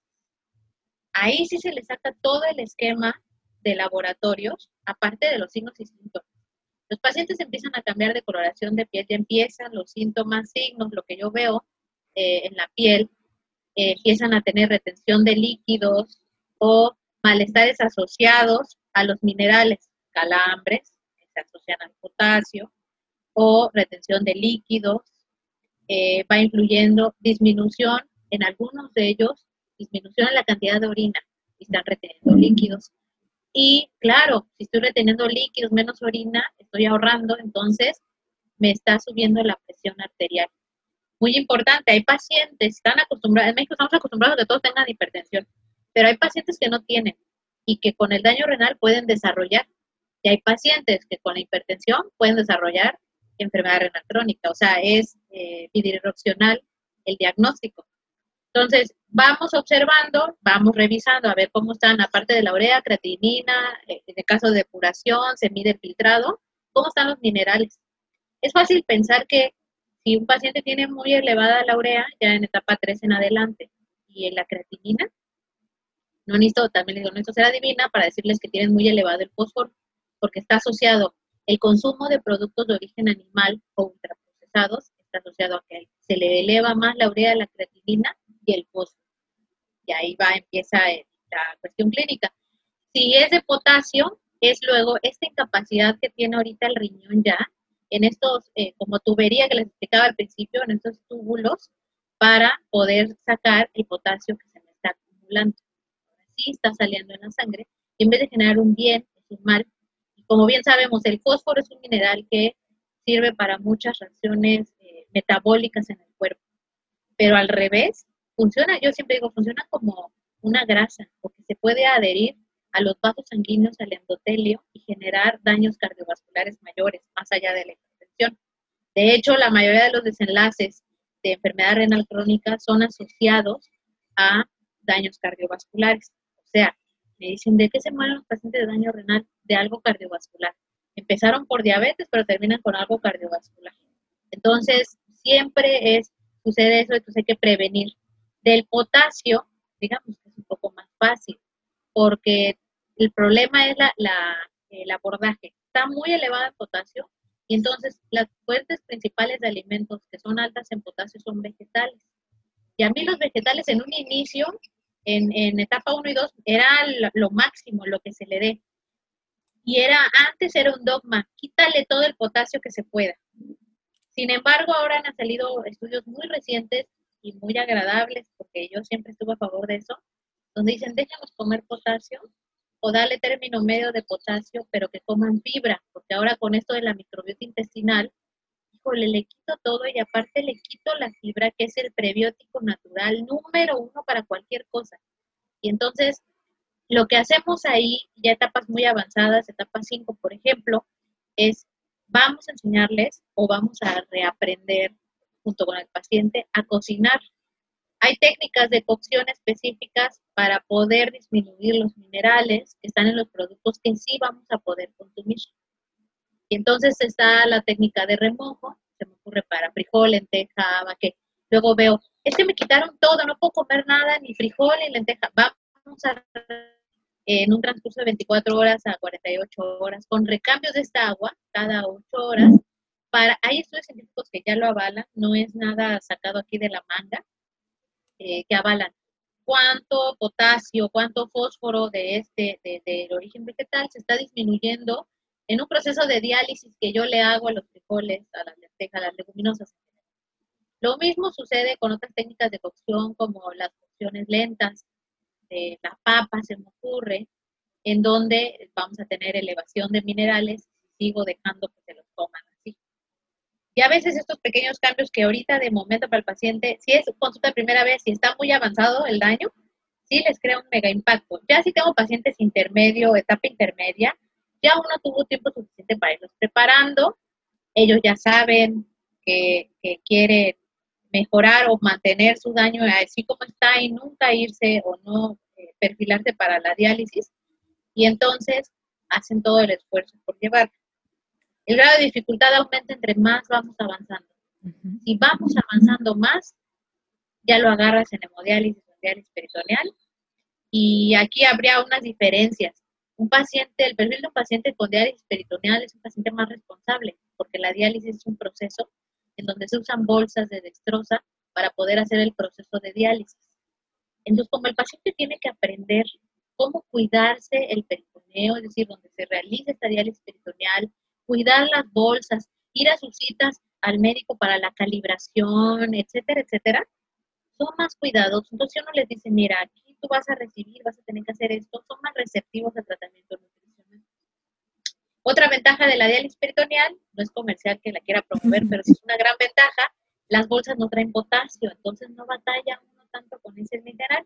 Ahí sí se le saca todo el esquema de laboratorios, aparte de los signos y síntomas. Los pacientes empiezan a cambiar de coloración de piel, ya empiezan los síntomas, signos, lo que yo veo en la piel, empiezan a tener retención de líquidos o malestares asociados a los minerales, calambres, que se asocian al potasio, o retención de líquidos, va influyendo disminución en algunos de ellos, disminución en la cantidad de orina, y están reteniendo líquidos. Y claro, si estoy reteniendo líquidos, menos orina, estoy ahorrando, entonces me está subiendo la presión arterial. Muy importante, hay pacientes, están acostumbrados, en México estamos acostumbrados a que todos tengan hipertensión, pero hay pacientes que no tienen y que con el daño renal pueden desarrollar. Y hay pacientes que con la hipertensión pueden desarrollar enfermedad renal crónica, o sea, es bidireccional el diagnóstico. Entonces, vamos observando, vamos revisando a ver cómo están, aparte de la urea, creatinina, en el caso de depuración, se mide el filtrado, cómo están los minerales. Es fácil pensar que Si un paciente tiene muy elevada la urea, ya en etapa 3 en adelante, y en la creatinina, no necesito, también les digo, no necesito ser adivina para decirles que tienen muy elevado el fósforo, porque está asociado el consumo de productos de origen animal o ultraprocesados, está asociado a que se le eleva más la urea, la creatinina y el fósforo. Y ahí empieza la cuestión clínica. Si es de potasio, es luego esta incapacidad que tiene ahorita el riñón ya, en estos, como tubería que les explicaba al principio, en estos túbulos, para poder sacar el potasio que se me está acumulando. Sí está saliendo en la sangre, y en vez de generar un bien, es un mal. Y como bien sabemos, el fósforo es un mineral que sirve para muchas reacciones metabólicas en el cuerpo, pero al revés, funciona, yo siempre digo, funciona como una grasa, porque se puede adherir a los vasos sanguíneos, al endotelio, y generar daños cardiovasculares mayores, más allá de la hipertensión. De hecho, la mayoría de los desenlaces de enfermedad renal crónica son asociados a daños cardiovasculares. O sea, me dicen, ¿de qué se mueren los pacientes de daño renal? De algo cardiovascular. Empezaron por diabetes, pero terminan con algo cardiovascular. Entonces, siempre sucede eso, entonces hay que prevenir. Del potasio, digamos que es un poco más fácil, porque el problema es el abordaje. Está muy elevado en potasio, y entonces las fuentes principales de alimentos que son altas en potasio son vegetales. Y a mí los vegetales en un inicio, en etapa 1 y 2, era lo máximo, lo que se le dé. Y antes era un dogma, quítale todo el potasio que se pueda. Sin embargo, ahora han salido estudios muy recientes y muy agradables, porque yo siempre estuve a favor de eso, donde dicen, déjanos comer potasio o dale término medio de potasio, pero que coman fibra, porque ahora con esto de la microbiota intestinal, híjole, le quito todo y aparte le quito la fibra, que es el prebiótico natural número 1 para cualquier cosa. Y entonces, lo que hacemos ahí, ya etapas muy avanzadas, etapa 5, por ejemplo, es vamos a enseñarles o vamos a reaprender junto con el paciente a cocinar. Hay técnicas de cocción específicas para poder disminuir los minerales que están en los productos que sí vamos a poder consumir. Y entonces está la técnica de remojo, se me ocurre para frijol, lenteja, que luego veo, es que me quitaron todo, no puedo comer nada, ni frijol ni lenteja. Vamos a en un transcurso de 24 horas a 48 horas, con recambios de esta agua cada 8 horas. Hay estudios científicos que ya lo avalan, no es nada sacado aquí de la manga, que avalan cuánto potasio, cuánto fósforo del origen vegetal se está disminuyendo en un proceso de diálisis que yo le hago a los frijoles, a las lentejas, a las leguminosas. Lo mismo sucede con otras técnicas de cocción, como las cocciones lentas, de la papa se me ocurre, en donde vamos a tener elevación de minerales y sigo dejando que se los coman así. Y a veces estos pequeños cambios que ahorita de momento para el paciente, si es consulta primera vez, si está muy avanzado el daño, sí les crea un mega impacto. Ya si tengo pacientes intermedio, etapa intermedia, ya uno tuvo tiempo suficiente para irlos preparando, ellos ya saben que quieren mejorar o mantener su daño así como está y nunca irse o no perfilarse para la diálisis, y entonces hacen todo el esfuerzo por llevar. El grado de dificultad aumenta entre más vamos avanzando. Si vamos avanzando más, ya lo agarras en hemodiálisis o en diálisis peritoneal, y aquí habría unas diferencias. El perfil de un paciente con diálisis peritoneal es un paciente más responsable, porque la diálisis es un proceso en donde se usan bolsas de dextrosa para poder hacer el proceso de diálisis. Entonces, como el paciente tiene que aprender cómo cuidarse el peritoneo, es decir, donde se realiza esta diálisis peritoneal, cuidar las bolsas, ir a sus citas al médico para la calibración, etcétera, etcétera, son más cuidadosos. Entonces uno les dice, mira, aquí tú vas a recibir, vas a tener que hacer esto, son más receptivos al tratamiento nutricional. Otra ventaja de la diálisis peritoneal, no es comercial que la quiera promover, pero sí es una gran ventaja, las bolsas no traen potasio, entonces no batalla uno tanto con ese mineral.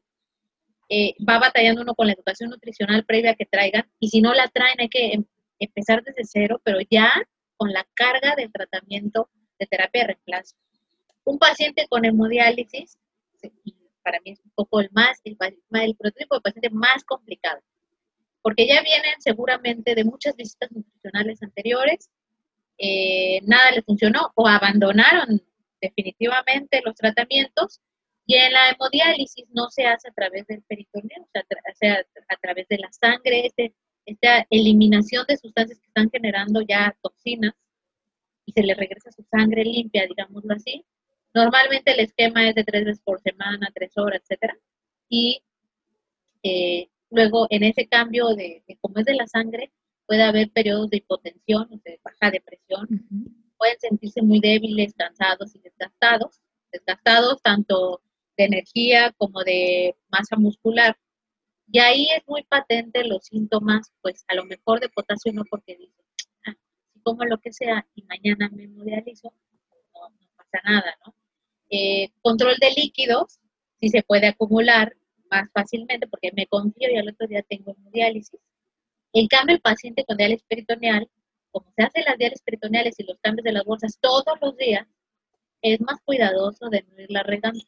Va batallando uno con la educación nutricional previa que traigan, y si no la traen hay que empezar desde cero, pero ya con la carga del tratamiento de terapia de reemplazo. Un paciente con hemodiálisis, para mí es un poco el prototipo de paciente más complicado, porque ya vienen seguramente de muchas visitas nutricionales anteriores, nada les funcionó o abandonaron definitivamente los tratamientos. Y en la hemodiálisis no se hace a través del peritoneo, o sea, a través de la sangre, esta eliminación de sustancias que están generando ya toxinas y se le regresa su sangre limpia, digámoslo así. Normalmente el esquema es de 3 veces por semana, 3 horas, etcétera. Y luego en ese cambio como es de la sangre, puede haber periodos de hipotensión, o de baja de presión, pueden sentirse muy débiles, cansados y desgastados tanto de energía como de masa muscular. Y ahí es muy patente los síntomas, pues a lo mejor de potasio no, porque dice, si como lo que sea y mañana me hemodializo, no pasa nada, ¿no? Control de líquidos, si se puede acumular más fácilmente, porque me confío y al otro día tengo hemodiálisis. En cambio, el paciente con diálisis peritoneal, como se hacen las diálisis peritoneales y los cambios de las bolsas todos los días, es más cuidadoso de no irla regando.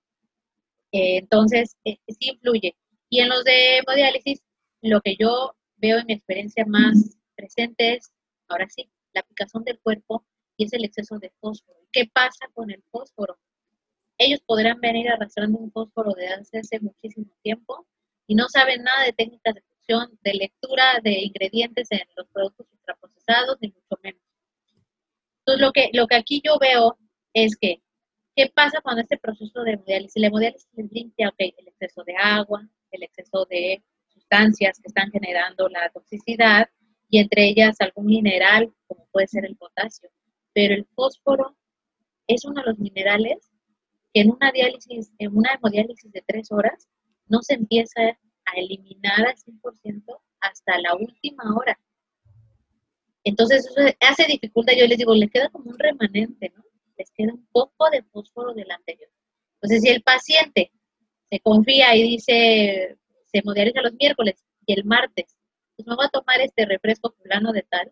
Entonces, sí influye. Y en los de hemodiálisis, lo que yo veo en mi experiencia más presente es, ahora sí, la picazón del cuerpo y es el exceso de fósforo. ¿Qué pasa con el fósforo? Ellos podrán venir arrastrando un fósforo de hace muchísimo tiempo y no saben nada de técnicas de cocción, de lectura de ingredientes en los productos ultraprocesados, ni mucho menos. Entonces, lo que aquí yo veo es que, ¿qué pasa cuando este proceso de hemodiálisis? La hemodiálisis limpia, okay, el exceso de agua, el exceso de sustancias que están generando la toxicidad, y entre ellas algún mineral, como puede ser el potasio. Pero el fósforo es uno de los minerales que en una hemodiálisis de 3 horas, no se empieza a eliminar al 100% hasta la última hora. Entonces, eso hace dificultad. Yo les digo, les queda como un remanente, ¿no? Les queda un poco de fósforo del anterior. Entonces, si el paciente se confía y dice, se hemodializa los miércoles y el martes, pues me va a tomar este refresco fulano de tal,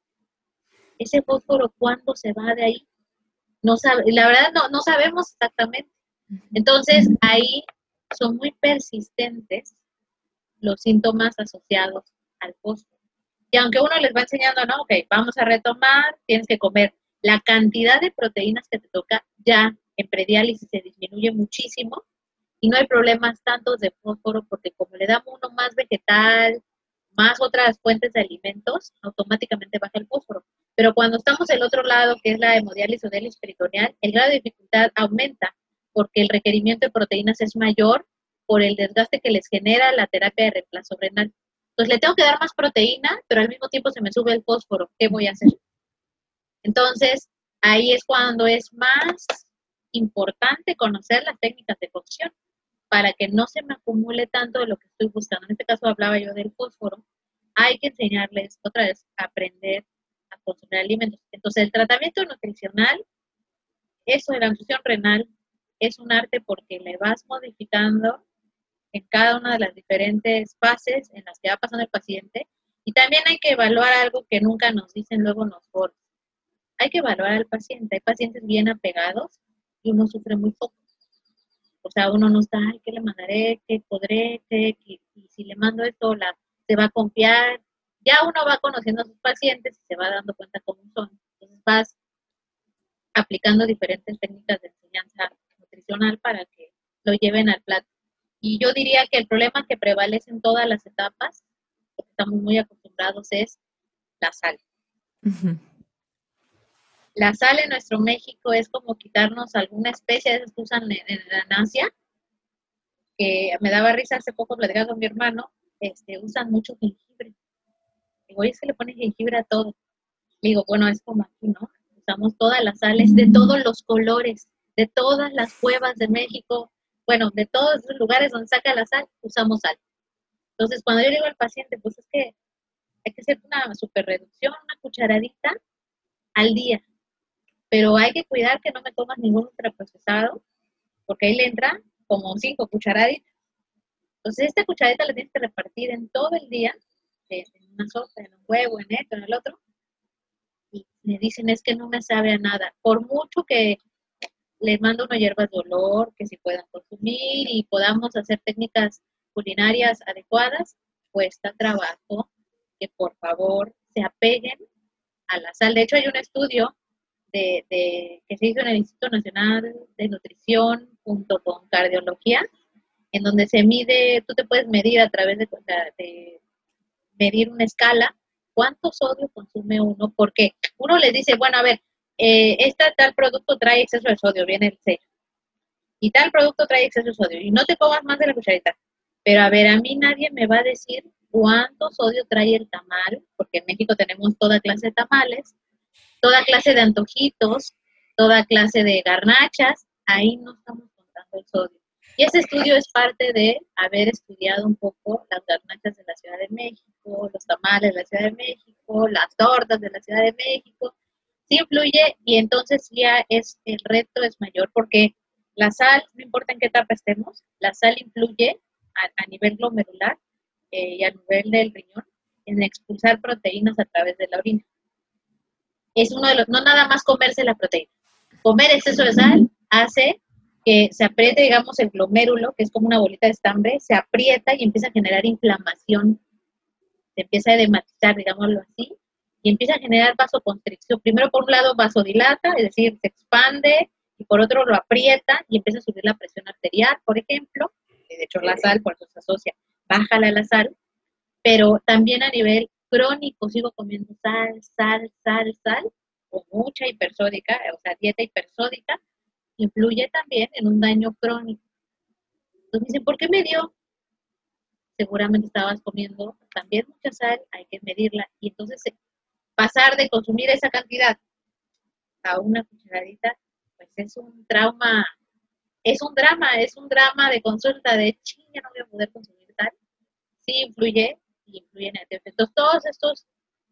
ese fósforo, ¿cuándo se va de ahí? No sabe, la verdad no sabemos exactamente. Entonces, ahí son muy persistentes los síntomas asociados al fósforo. Y aunque uno les va enseñando, no, ok, vamos a retomar, tienes que comer, la cantidad de proteínas que te toca ya en prediálisis se disminuye muchísimo y no hay problemas tantos de fósforo porque como le damos uno más vegetal, más otras fuentes de alimentos, automáticamente baja el fósforo. Pero cuando estamos del otro lado, que es la hemodiálisis o diálisis peritoneal, el grado de dificultad aumenta porque el requerimiento de proteínas es mayor por el desgaste que les genera la terapia de reemplazo renal. Entonces le tengo que dar más proteína, pero al mismo tiempo se me sube el fósforo. ¿Qué voy a hacer? Entonces, ahí es cuando es más importante conocer las técnicas de cocción para que no se me acumule tanto de lo que estoy buscando. En este caso hablaba yo del fósforo. Hay que enseñarles otra vez a aprender a consumir alimentos. Entonces, el tratamiento nutricional, eso de la nutrición renal, es un arte porque le vas modificando en cada una de las diferentes fases en las que va pasando el paciente. Y también hay que evaluar algo que nunca nos dicen luego en los foros. Hay que evaluar al paciente. Hay pacientes bien apegados y uno sufre muy poco. O sea, uno no está, ay, ¿qué le mandaré? ¿Qué podré? Y si le mando esto, se va a confiar. Ya uno va conociendo a sus pacientes y se va dando cuenta cómo son. Entonces vas aplicando diferentes técnicas de enseñanza nutricional para que lo lleven al plato. Y yo diría que el problema que prevalece en todas las etapas, porque estamos muy acostumbrados, es la sal. Uh-huh. La sal en nuestro México es como quitarnos alguna especie de esas que usan en la Asia, que me daba risa hace poco platicando con mi hermano, usan mucho jengibre. Digo, oye, es que le ponen jengibre a todo. Digo, bueno, es como aquí, ¿no? Usamos todas las sales de todos los colores, de todas las cuevas de México, bueno, de todos los lugares donde saca la sal, usamos sal. Entonces, cuando yo digo al paciente, pues es que hay que hacer una super reducción, una cucharadita al día, pero hay que cuidar que no me comas ningún ultraprocesado, porque ahí le entra como 5 cucharaditas. Entonces, esta cucharadita la tienes que repartir en todo el día, en una sopa, en un huevo, en esto, en el otro, y me dicen, es que no me sabe a nada. Por mucho que les mando unas hierbas de olor, que si puedan consumir y podamos hacer técnicas culinarias adecuadas, cuesta trabajo que por favor se apeguen a la sal. De hecho, hay un estudio que se hizo en el Instituto Nacional de Nutrición junto con Cardiología, en donde se mide, tú te puedes medir a través de medir una escala, cuánto sodio consume uno, porque uno les dice, bueno, a ver, tal producto trae exceso de sodio, viene el sello, y tal producto trae exceso de sodio, y no te comas más de la cucharita. Pero a ver, a mí nadie me va a decir cuánto sodio trae el tamal, porque en México tenemos toda clase de tamales, toda clase de antojitos, toda clase de garnachas, ahí no estamos contando el sodio. Y ese estudio es parte de haber estudiado un poco las garnachas de la Ciudad de México, los tamales de la Ciudad de México, las tortas de la Ciudad de México. Sí influye y entonces ya el reto es mayor porque la sal, no importa en qué etapa estemos, la sal influye a nivel glomerular y a nivel del riñón en expulsar proteínas a través de la orina. Es uno de los, no nada más comerse la proteína. Comer exceso de sal hace que se apriete, digamos, el glomérulo, que es como una bolita de estambre, se aprieta y empieza a generar inflamación, se empieza a edematizar, digámoslo así, y empieza a generar vasoconstricción. Primero, por un lado, vasodilata, es decir, se expande, y por otro lo aprieta y empieza a subir la presión arterial, por ejemplo. De hecho, la sal, por eso se asocia, bájala la sal, pero también a nivel crónico sigo comiendo sal, o mucha hipersódica, o sea, dieta hipersódica, influye también en un daño crónico. Entonces dicen, ¿por qué me dio? Seguramente estabas comiendo también mucha sal, hay que medirla, y entonces pasar de consumir esa cantidad a una cucharadita, pues es un trauma, es un drama de consulta de chinga, no voy a poder consumir tal. Sí influye, y influyen. Entonces todos estos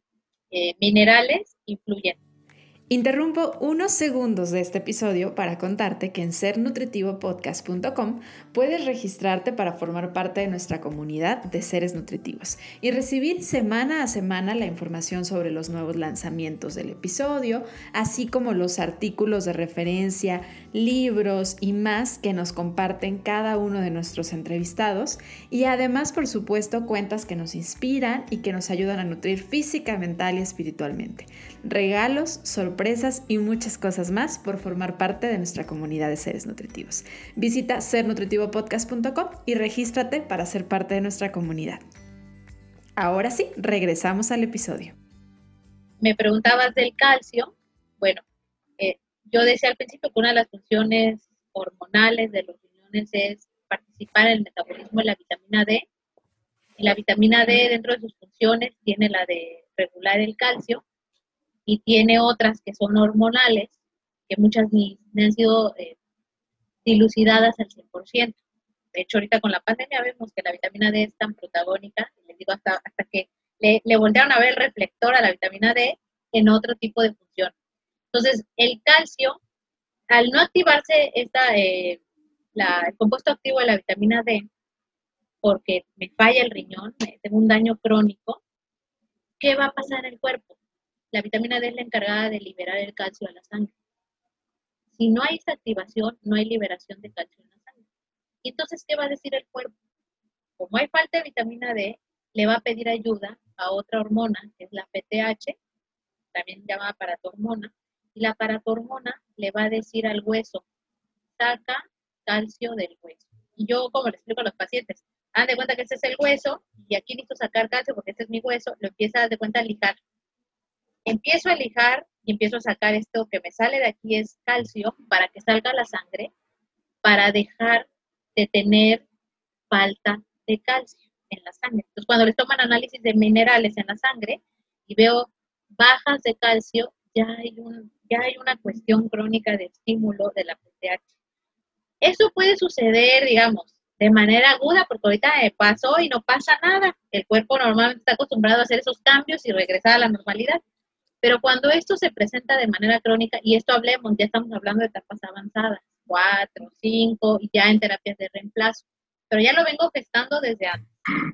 minerales influyen. Interrumpo unos segundos de este episodio para contarte que en sernutritivopodcast.com puedes registrarte para formar parte de nuestra comunidad de seres nutritivos y recibir semana a semana la información sobre los nuevos lanzamientos del episodio, así como los artículos de referencia, libros y más que nos comparten cada uno de nuestros entrevistados, y además, por supuesto, cuentas que nos inspiran y que nos ayudan a nutrir física, mental y espiritualmente. Regalos, sorpresas y muchas cosas más por formar parte de nuestra comunidad de seres nutritivos. Visita sernutritivopodcast.com y regístrate para ser parte de nuestra comunidad. Ahora sí, regresamos al episodio. Me preguntabas del calcio. Bueno, yo decía al principio que una de las funciones hormonales de los riñones es participar en el metabolismo de la vitamina D. Y la vitamina D, dentro de sus funciones, tiene la de regular el calcio y tiene otras que son hormonales, que muchas ni han sido dilucidadas al 100%. De hecho, ahorita con la pandemia vemos que la vitamina D es tan protagónica, y les digo, hasta que le voltearon a ver el reflector a la vitamina D en otro tipo de función. Entonces, el calcio, al no activarse el compuesto activo de la vitamina D, porque me falla el riñón, tengo un daño crónico, ¿qué va a pasar en el cuerpo? La vitamina D es la encargada de liberar el calcio a la sangre. Si no hay esa activación, no hay liberación de calcio en la sangre. Y entonces, ¿qué va a decir el cuerpo? Como hay falta de vitamina D, le va a pedir ayuda a otra hormona, que es la PTH, también llamada paratormona, y la paratormona le va a decir al hueso, saca calcio del hueso. Y yo, como le explico a los pacientes, haz de cuenta que este es el hueso, y aquí necesito sacar calcio porque este es mi hueso, lo empieza de cuenta a lijar. Empiezo a lijar y empiezo a sacar esto que me sale de aquí, es calcio, para que salga la sangre, para dejar de tener falta de calcio en la sangre. Entonces, cuando les toman análisis de minerales en la sangre y veo bajas de calcio, ya hay una cuestión crónica de estímulo de la PTH. Eso puede suceder, digamos, de manera aguda, porque ahorita me pasó y no pasa nada. El cuerpo normalmente está acostumbrado a hacer esos cambios y regresar a la normalidad. Pero cuando esto se presenta de manera crónica, y esto hablemos, ya estamos hablando de etapas avanzadas, 4, 5, y ya en terapias de reemplazo, pero ya lo vengo gestando desde antes.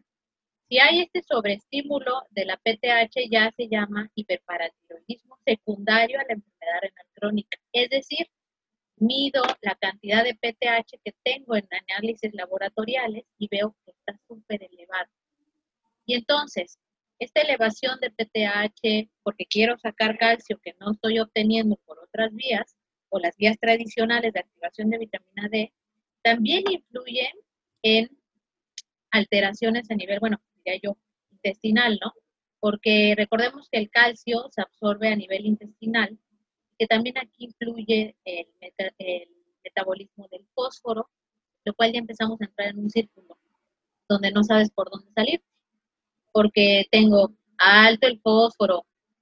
Si hay este sobreestímulo de la PTH, ya se llama hiperparatiroidismo secundario a la enfermedad renal crónica. Es decir, mido la cantidad de PTH que tengo en análisis laboratoriales y veo que está súper elevado. Y entonces, esta elevación de PTH, porque quiero sacar calcio que no estoy obteniendo por otras vías, o las vías tradicionales de activación de vitamina D, también influyen en alteraciones a nivel, bueno, diría yo, intestinal, ¿no? Porque recordemos que el calcio se absorbe a nivel intestinal, que también aquí influye el metabolismo del fósforo, lo cual ya empezamos a entrar en un círculo donde no sabes por dónde salir, porque tengo alto el fósforo,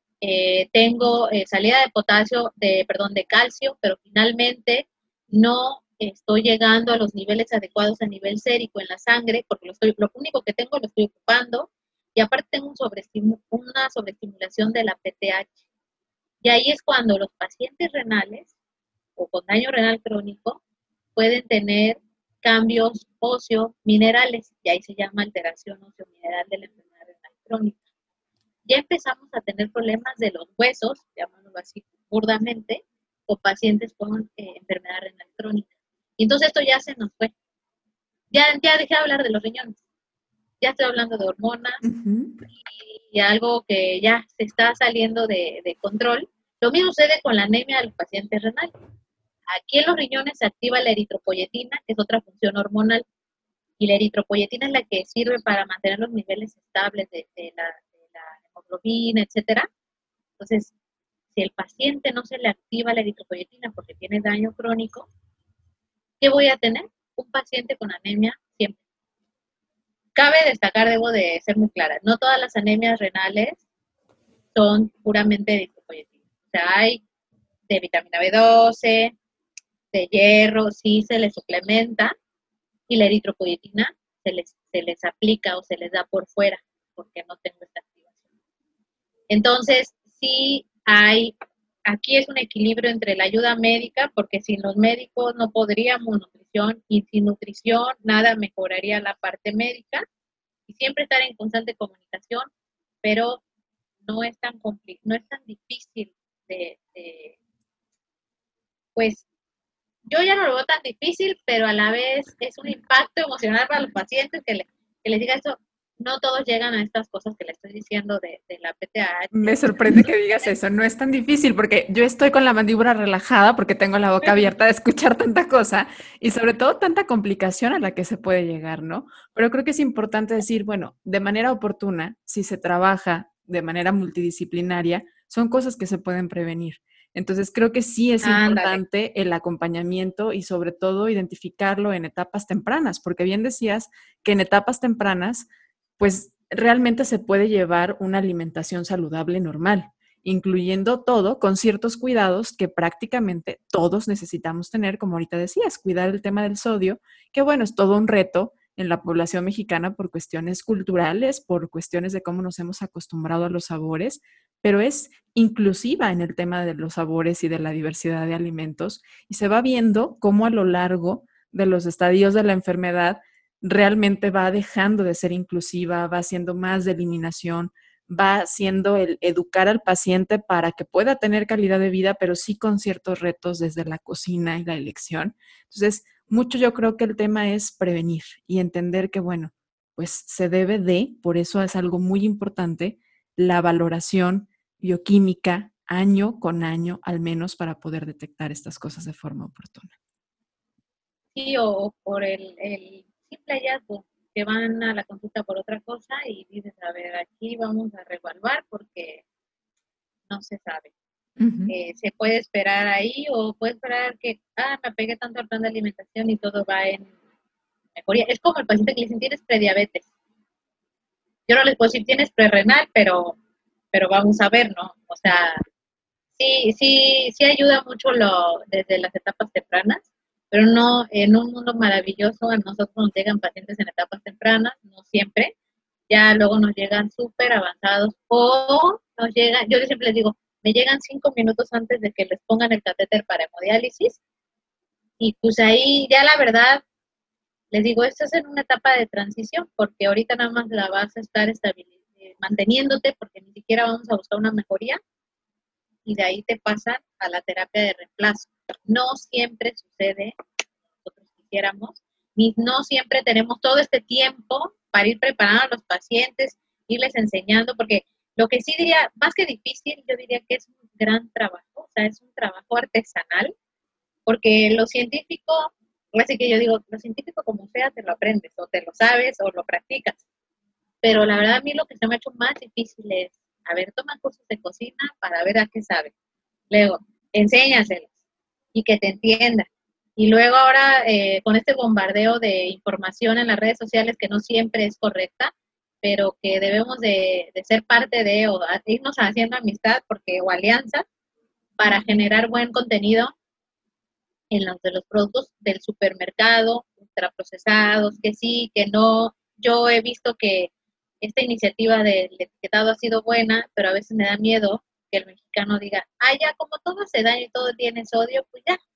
tengo salida de potasio, de calcio, pero finalmente no estoy llegando a los niveles adecuados a nivel sérico en la sangre, porque lo único que tengo lo estoy ocupando, y aparte tengo una sobreestimulación de la PTH. Y ahí es cuando los pacientes renales o con daño renal crónico pueden tener cambios óseo-minerales, y ahí se llama alteración óseo-mineral de la enfermedad renal crónica. Ya empezamos a tener problemas de los huesos, llamándolo así burdamente, o pacientes con enfermedad renal crónica. Y entonces esto ya se nos fue. Ya dejé de hablar de los riñones. Ya estoy hablando de hormonas y algo que ya se está saliendo de control. Lo mismo sucede con la anemia de los pacientes renales. Aquí en los riñones se activa la eritropoyetina, que es otra función hormonal, y la eritropoyetina es la que sirve para mantener los niveles estables de la hemoglobina, etcétera. Entonces, si el paciente no se le activa la eritropoyetina porque tiene daño crónico, ¿qué voy a tener? Un paciente con anemia siempre. Cabe destacar, debo de ser muy clara, no todas las anemias renales son puramente eritropoyetina. O sea, hay de vitamina B12, de hierro, sí se les suplementa, y la eritropoyetina se les aplica o se les da por fuera, porque no tengo esta activación. Entonces, sí hay, aquí es un equilibrio entre la ayuda médica, porque sin los médicos no podríamos nutrición, y sin nutrición nada mejoraría la parte médica, y siempre estar en constante comunicación, pero no es tan difícil pues yo ya no lo veo tan difícil, pero a la vez es un impacto emocional para los pacientes que les diga eso. No todos llegan a estas cosas que le estoy diciendo de la PTH. Me sorprende que digas eso, no es tan difícil porque yo estoy con la mandíbula relajada porque tengo la boca abierta de escuchar tanta cosa y sobre todo tanta complicación a la que se puede llegar, ¿no? Pero creo que es importante decir, bueno, de manera oportuna, si se trabaja de manera multidisciplinaria, son cosas que se pueden prevenir. Entonces creo que sí es importante el acompañamiento y sobre todo identificarlo en etapas tempranas, porque bien decías que en etapas tempranas, pues realmente se puede llevar una alimentación saludable normal, incluyendo todo con ciertos cuidados que prácticamente todos necesitamos tener, como ahorita decías, cuidar el tema del sodio, que bueno, es todo un reto en la población mexicana por cuestiones culturales, por cuestiones de cómo nos hemos acostumbrado a los sabores, pero es inclusiva en el tema de los sabores y de la diversidad de alimentos, y se va viendo cómo a lo largo de los estadios de la enfermedad realmente va dejando de ser inclusiva, va haciendo más de eliminación, va haciendo el educar al paciente para que pueda tener calidad de vida, pero sí con ciertos retos desde la cocina y la elección. Entonces, mucho yo creo que el tema es prevenir y entender que, bueno, pues se debe de, por eso es algo muy importante, la valoración bioquímica año con año, al menos para poder detectar estas cosas de forma oportuna. Sí, o por el simple hallazgo, que van a la consulta por otra cosa y dices, a ver, aquí vamos a reevaluar porque no se sabe. Se puede esperar ahí o puede esperar que, me pegué tanto al plan de alimentación y todo va en mejoría. Es como el paciente que le dicen, tienes prediabetes. Yo no les puedo decir, tienes prerrenal, pero vamos a ver, ¿no? O sea, sí ayuda mucho desde las etapas tempranas, pero no en un mundo maravilloso. A nosotros nos llegan pacientes en etapas tempranas, no siempre, ya luego nos llegan súper avanzados o nos llegan, yo siempre les digo, me llegan 5 minutos antes de que les pongan el catéter para hemodiálisis, y pues ahí ya la verdad, les digo, esto es en una etapa de transición, porque ahorita nada más la vas a estar manteniéndote, porque ni siquiera vamos a buscar una mejoría, y de ahí te pasan a la terapia de reemplazo. No siempre sucede, nosotros quisiéramos, ni no siempre tenemos todo este tiempo para ir preparando a los pacientes, irles enseñando, porque lo que sí diría, más que difícil, yo diría que es gran trabajo, o sea, es un trabajo artesanal, porque lo científico, así que yo digo, lo científico como sea te lo aprendes, o te lo sabes, o lo practicas, pero la verdad a mí lo que se me ha hecho más difícil es, a ver, toma cursos de cocina para ver a qué sabe, luego, enséñaselos, y que te entiendan. Y luego ahora, con este bombardeo de información en las redes sociales que no siempre es correcta, pero que debemos de ser parte de, o irnos haciendo amistad porque, o alianza, para generar buen contenido en los de los productos del supermercado, ultraprocesados, que sí, que no. Yo he visto que esta iniciativa del etiquetado ha sido buena, pero a veces me da miedo que el mexicano diga, ya como todo hace daño y todo tiene sodio, pues ya,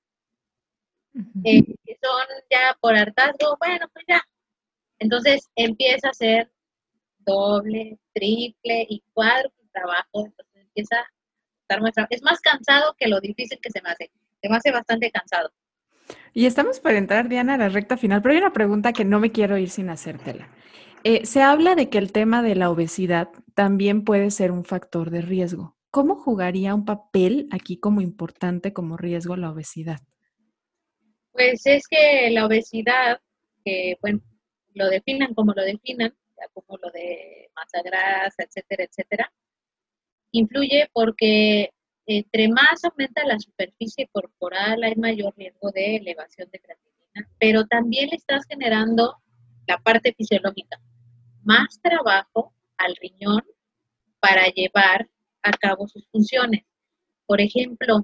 que son ya por hartazgo, bueno, pues ya. Entonces empieza a ser doble, triple y cuádruple trabajo, entonces empieza a estar más, es más cansado que lo difícil que se me hace bastante cansado. Y estamos por entrar, Diana, a la recta final, pero hay una pregunta que no me quiero ir sin hacértela. Se habla de que el tema de la obesidad también puede ser un factor de riesgo. ¿Cómo jugaría un papel aquí como importante como riesgo la obesidad? Pues es que la obesidad, que bueno, lo definan como lo definan, como lo de masa grasa, etcétera, etcétera, influye porque entre más aumenta la superficie corporal hay mayor riesgo de elevación de creatinina, pero también le estás generando la parte fisiológica, más trabajo al riñón para llevar a cabo sus funciones. Por ejemplo,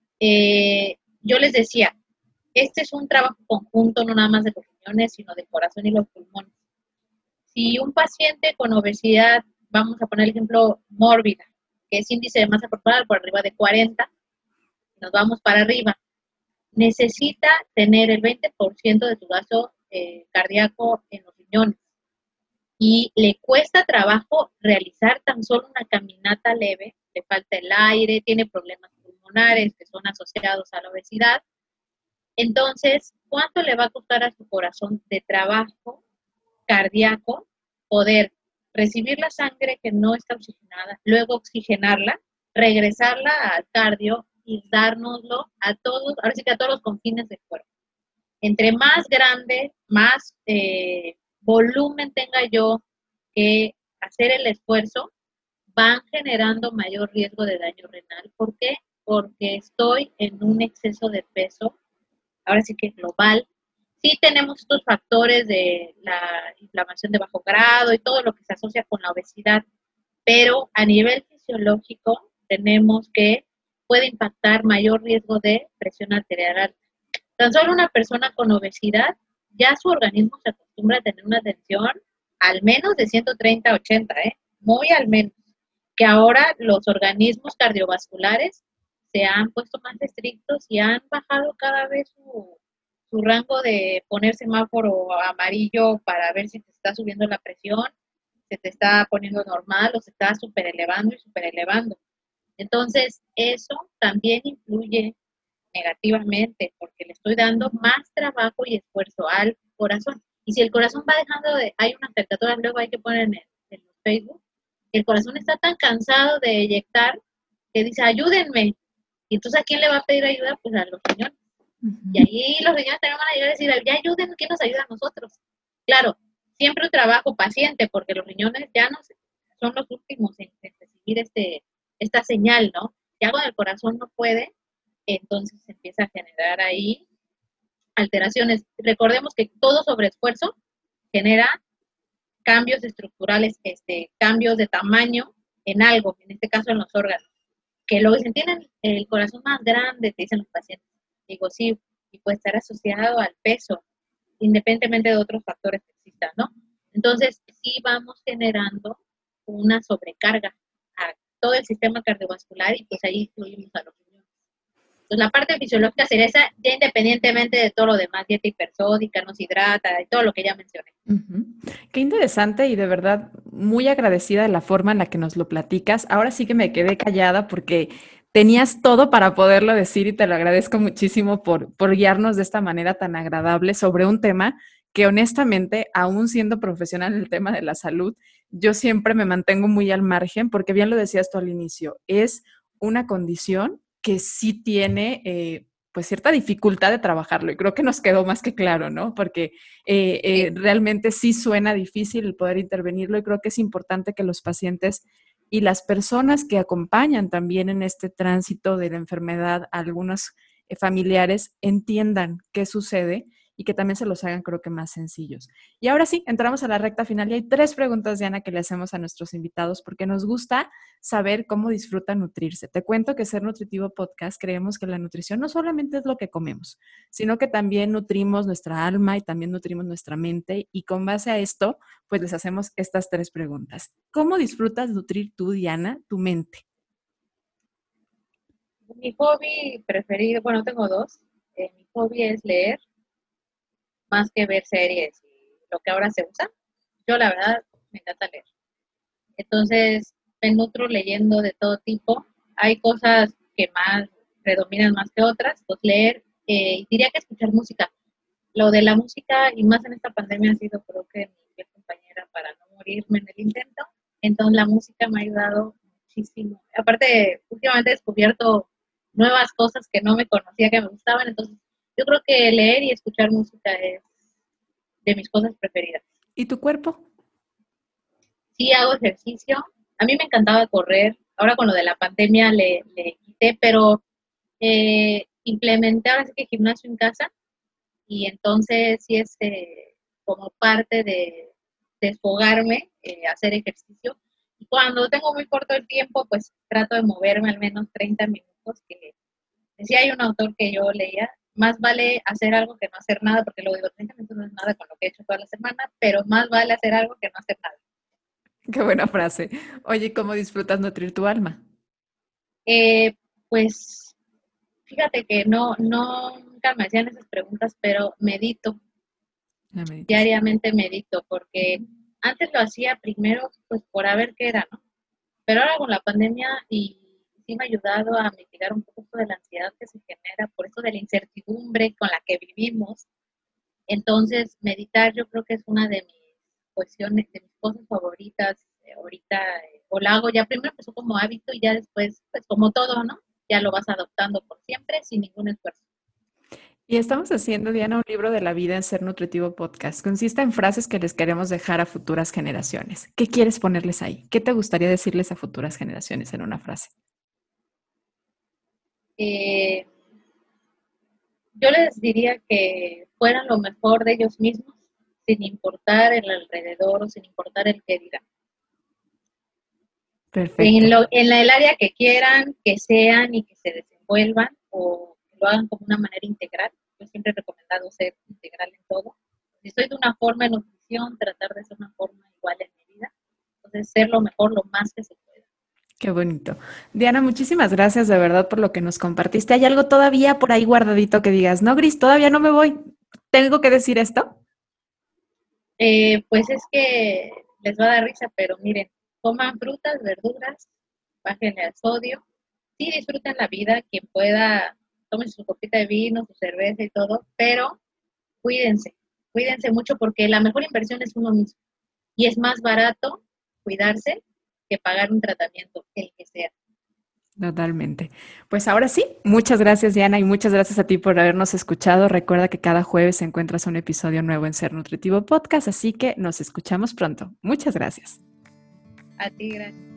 yo les decía, este es un trabajo conjunto, no nada más de los riñones, sino del corazón y los pulmones. Si un paciente con obesidad, vamos a poner el ejemplo mórbida, que es índice de masa corporal por arriba de 40, nos vamos para arriba, necesita tener el 20% de su gasto cardíaco en los riñones y le cuesta trabajo realizar tan solo una caminata leve, le falta el aire, tiene problemas pulmonares que son asociados a la obesidad. Entonces, ¿cuánto le va a costar a su corazón de trabajo cardíaco poder recibir la sangre que no está oxigenada, luego oxigenarla, regresarla al cardio y dárnoslo a todos, ahora sí que a todos los confines del cuerpo? Entre más grande, más volumen tenga yo que hacer el esfuerzo, van generando mayor riesgo de daño renal. ¿Por qué? Porque estoy en un exceso de peso, ahora sí que global. Sí tenemos estos factores de la inflamación de bajo grado y todo lo que se asocia con la obesidad, pero a nivel fisiológico tenemos que puede impactar mayor riesgo de presión arterial alta. Tan solo una persona con obesidad, ya su organismo se acostumbra a tener una tensión al menos de 130-80, muy al menos. Que ahora los organismos cardiovasculares se han puesto más estrictos y han bajado cada vez su rango de poner semáforo amarillo para ver si te está subiendo la presión, se te está poniendo normal o se está super elevando y super elevando. Entonces, eso también influye negativamente porque le estoy dando más trabajo y esfuerzo al corazón. Y si el corazón va dejando de, hay unas caricaturas, luego hay que poner en Facebook, el corazón está tan cansado de eyectar que dice, ayúdenme. Y entonces, ¿a quién le va a pedir ayuda? Pues a los riñones. Y ahí los riñones también van a llegar a decir, ya ayuden, ¿quién nos ayuda a nosotros? Claro, siempre un trabajo paciente, porque los riñones ya no son los últimos en recibir esta señal, ¿no? Ya cuando el corazón no puede, entonces se empieza a generar ahí alteraciones. Recordemos que todo sobreesfuerzo genera cambios estructurales, cambios de tamaño en algo, en este caso en los órganos, que luego dicen, tienen el corazón más grande, te dicen los pacientes. Digo, sí, y puede estar asociado al peso, independientemente de otros factores que existan, ¿no? Entonces, sí vamos generando una sobrecarga a todo el sistema cardiovascular y pues ahí incluimos a los riñones. Entonces, la parte fisiológica sería esa, ya independientemente de todo lo demás, dieta hipersódica, nos hidrata y todo lo que ya mencioné. Qué interesante y de verdad muy agradecida de la forma en la que nos lo platicas. Ahora sí que me quedé callada porque tenías todo para poderlo decir y te lo agradezco muchísimo por guiarnos de esta manera tan agradable sobre un tema que honestamente, aún siendo profesional en el tema de la salud, yo siempre me mantengo muy al margen porque bien lo decías tú al inicio, es una condición que sí tiene pues cierta dificultad de trabajarlo y creo que nos quedó más que claro, ¿no? Porque realmente sí suena difícil el poder intervenirlo y creo que es importante que los pacientes y las personas que acompañan también en este tránsito de la enfermedad a algunos familiares entiendan qué sucede y que también se los hagan, creo que más sencillos. Y ahora sí, entramos a la recta final y hay 3 preguntas, Diana, que le hacemos a nuestros invitados porque nos gusta saber cómo disfruta nutrirse. Te cuento que Ser Nutritivo Podcast creemos que la nutrición no solamente es lo que comemos, sino que también nutrimos nuestra alma y también nutrimos nuestra mente y con base a esto, pues les hacemos estas 3 preguntas. ¿Cómo disfrutas nutrir tú, Diana, tu mente? Mi hobby preferido, bueno, tengo dos. Mi hobby es leer, más que ver series y lo que ahora se usa. Yo, la verdad, me encanta leer. Entonces, me nutro leyendo de todo tipo. Hay cosas que más predominan más que otras, pues leer, y diría que escuchar música. Lo de la música, y más en esta pandemia, ha sido creo que mi fiel compañera para no morirme en el intento. Entonces, la música me ha ayudado muchísimo. Aparte, últimamente he descubierto nuevas cosas que no me conocía que me gustaban. Entonces, yo creo que leer y escuchar música es de mis cosas preferidas. ¿Y tu cuerpo? Sí hago ejercicio. A mí me encantaba correr. Ahora con lo de la pandemia le quité, pero implementé ahora sí que gimnasio en casa y entonces sí es como parte de desfogarme, hacer ejercicio. Y cuando tengo muy corto el tiempo, pues trato de moverme al menos 30 minutos, que decía hay un autor que yo leía, más vale hacer algo que no hacer nada, porque luego digo, 30 minutos no es nada con lo que he hecho toda la semana, pero más vale hacer algo que no hacer nada. Qué buena frase. Oye, ¿cómo disfrutas nutrir tu alma? Eh, pues fíjate que nunca me hacían esas preguntas, pero medito, La meditación. diariamente medito, porque antes lo hacía primero pues por a ver qué era, ¿no? Pero ahora con la pandemia y sí me ha ayudado a mitigar un poco de la ansiedad que se genera por eso de la incertidumbre con la que vivimos. Entonces, meditar yo creo que es una de mis cuestiones, de mis cosas favoritas. Ahorita, o la hago ya, primero empezó como hábito y ya después, pues como todo, ¿no? Ya lo vas adoptando por siempre sin ningún esfuerzo. Y estamos haciendo, Diana, un libro de la vida en Ser Nutritivo Podcast. Consiste en frases que les queremos dejar a futuras generaciones. ¿Qué quieres ponerles ahí? ¿Qué te gustaría decirles a futuras generaciones en una frase? Eh, yo les diría que fueran lo mejor de ellos mismos, sin importar el alrededor o sin importar el que dirán. Perfecto. En el área que quieran, que sean y que se desenvuelvan o que lo hagan como una manera integral. Yo siempre he recomendado ser integral en todo. Si estoy de una forma en nutrición, tratar de ser una forma igual en mi vida. Entonces, ser lo mejor, lo más que se pueda. Qué bonito. Diana, muchísimas gracias de verdad por lo que nos compartiste. ¿Hay algo todavía por ahí guardadito que digas, no, Gris, todavía no me voy? ¿Tengo que decir esto? Pues es que les va a dar risa, pero miren, coman frutas, verduras, bájenle al sodio. Sí, disfruten la vida, quien pueda, tomen su copita de vino, su cerveza y todo, pero cuídense, cuídense mucho porque la mejor inversión es uno mismo. Y es más barato cuidarse que pagar un tratamiento, el que sea. Totalmente. Pues ahora sí, muchas gracias, Diana, y muchas gracias a ti por habernos escuchado. Recuerda que cada jueves encuentras un episodio nuevo en Ser Nutritivo Podcast, así que nos escuchamos pronto. Muchas gracias. A ti, gracias.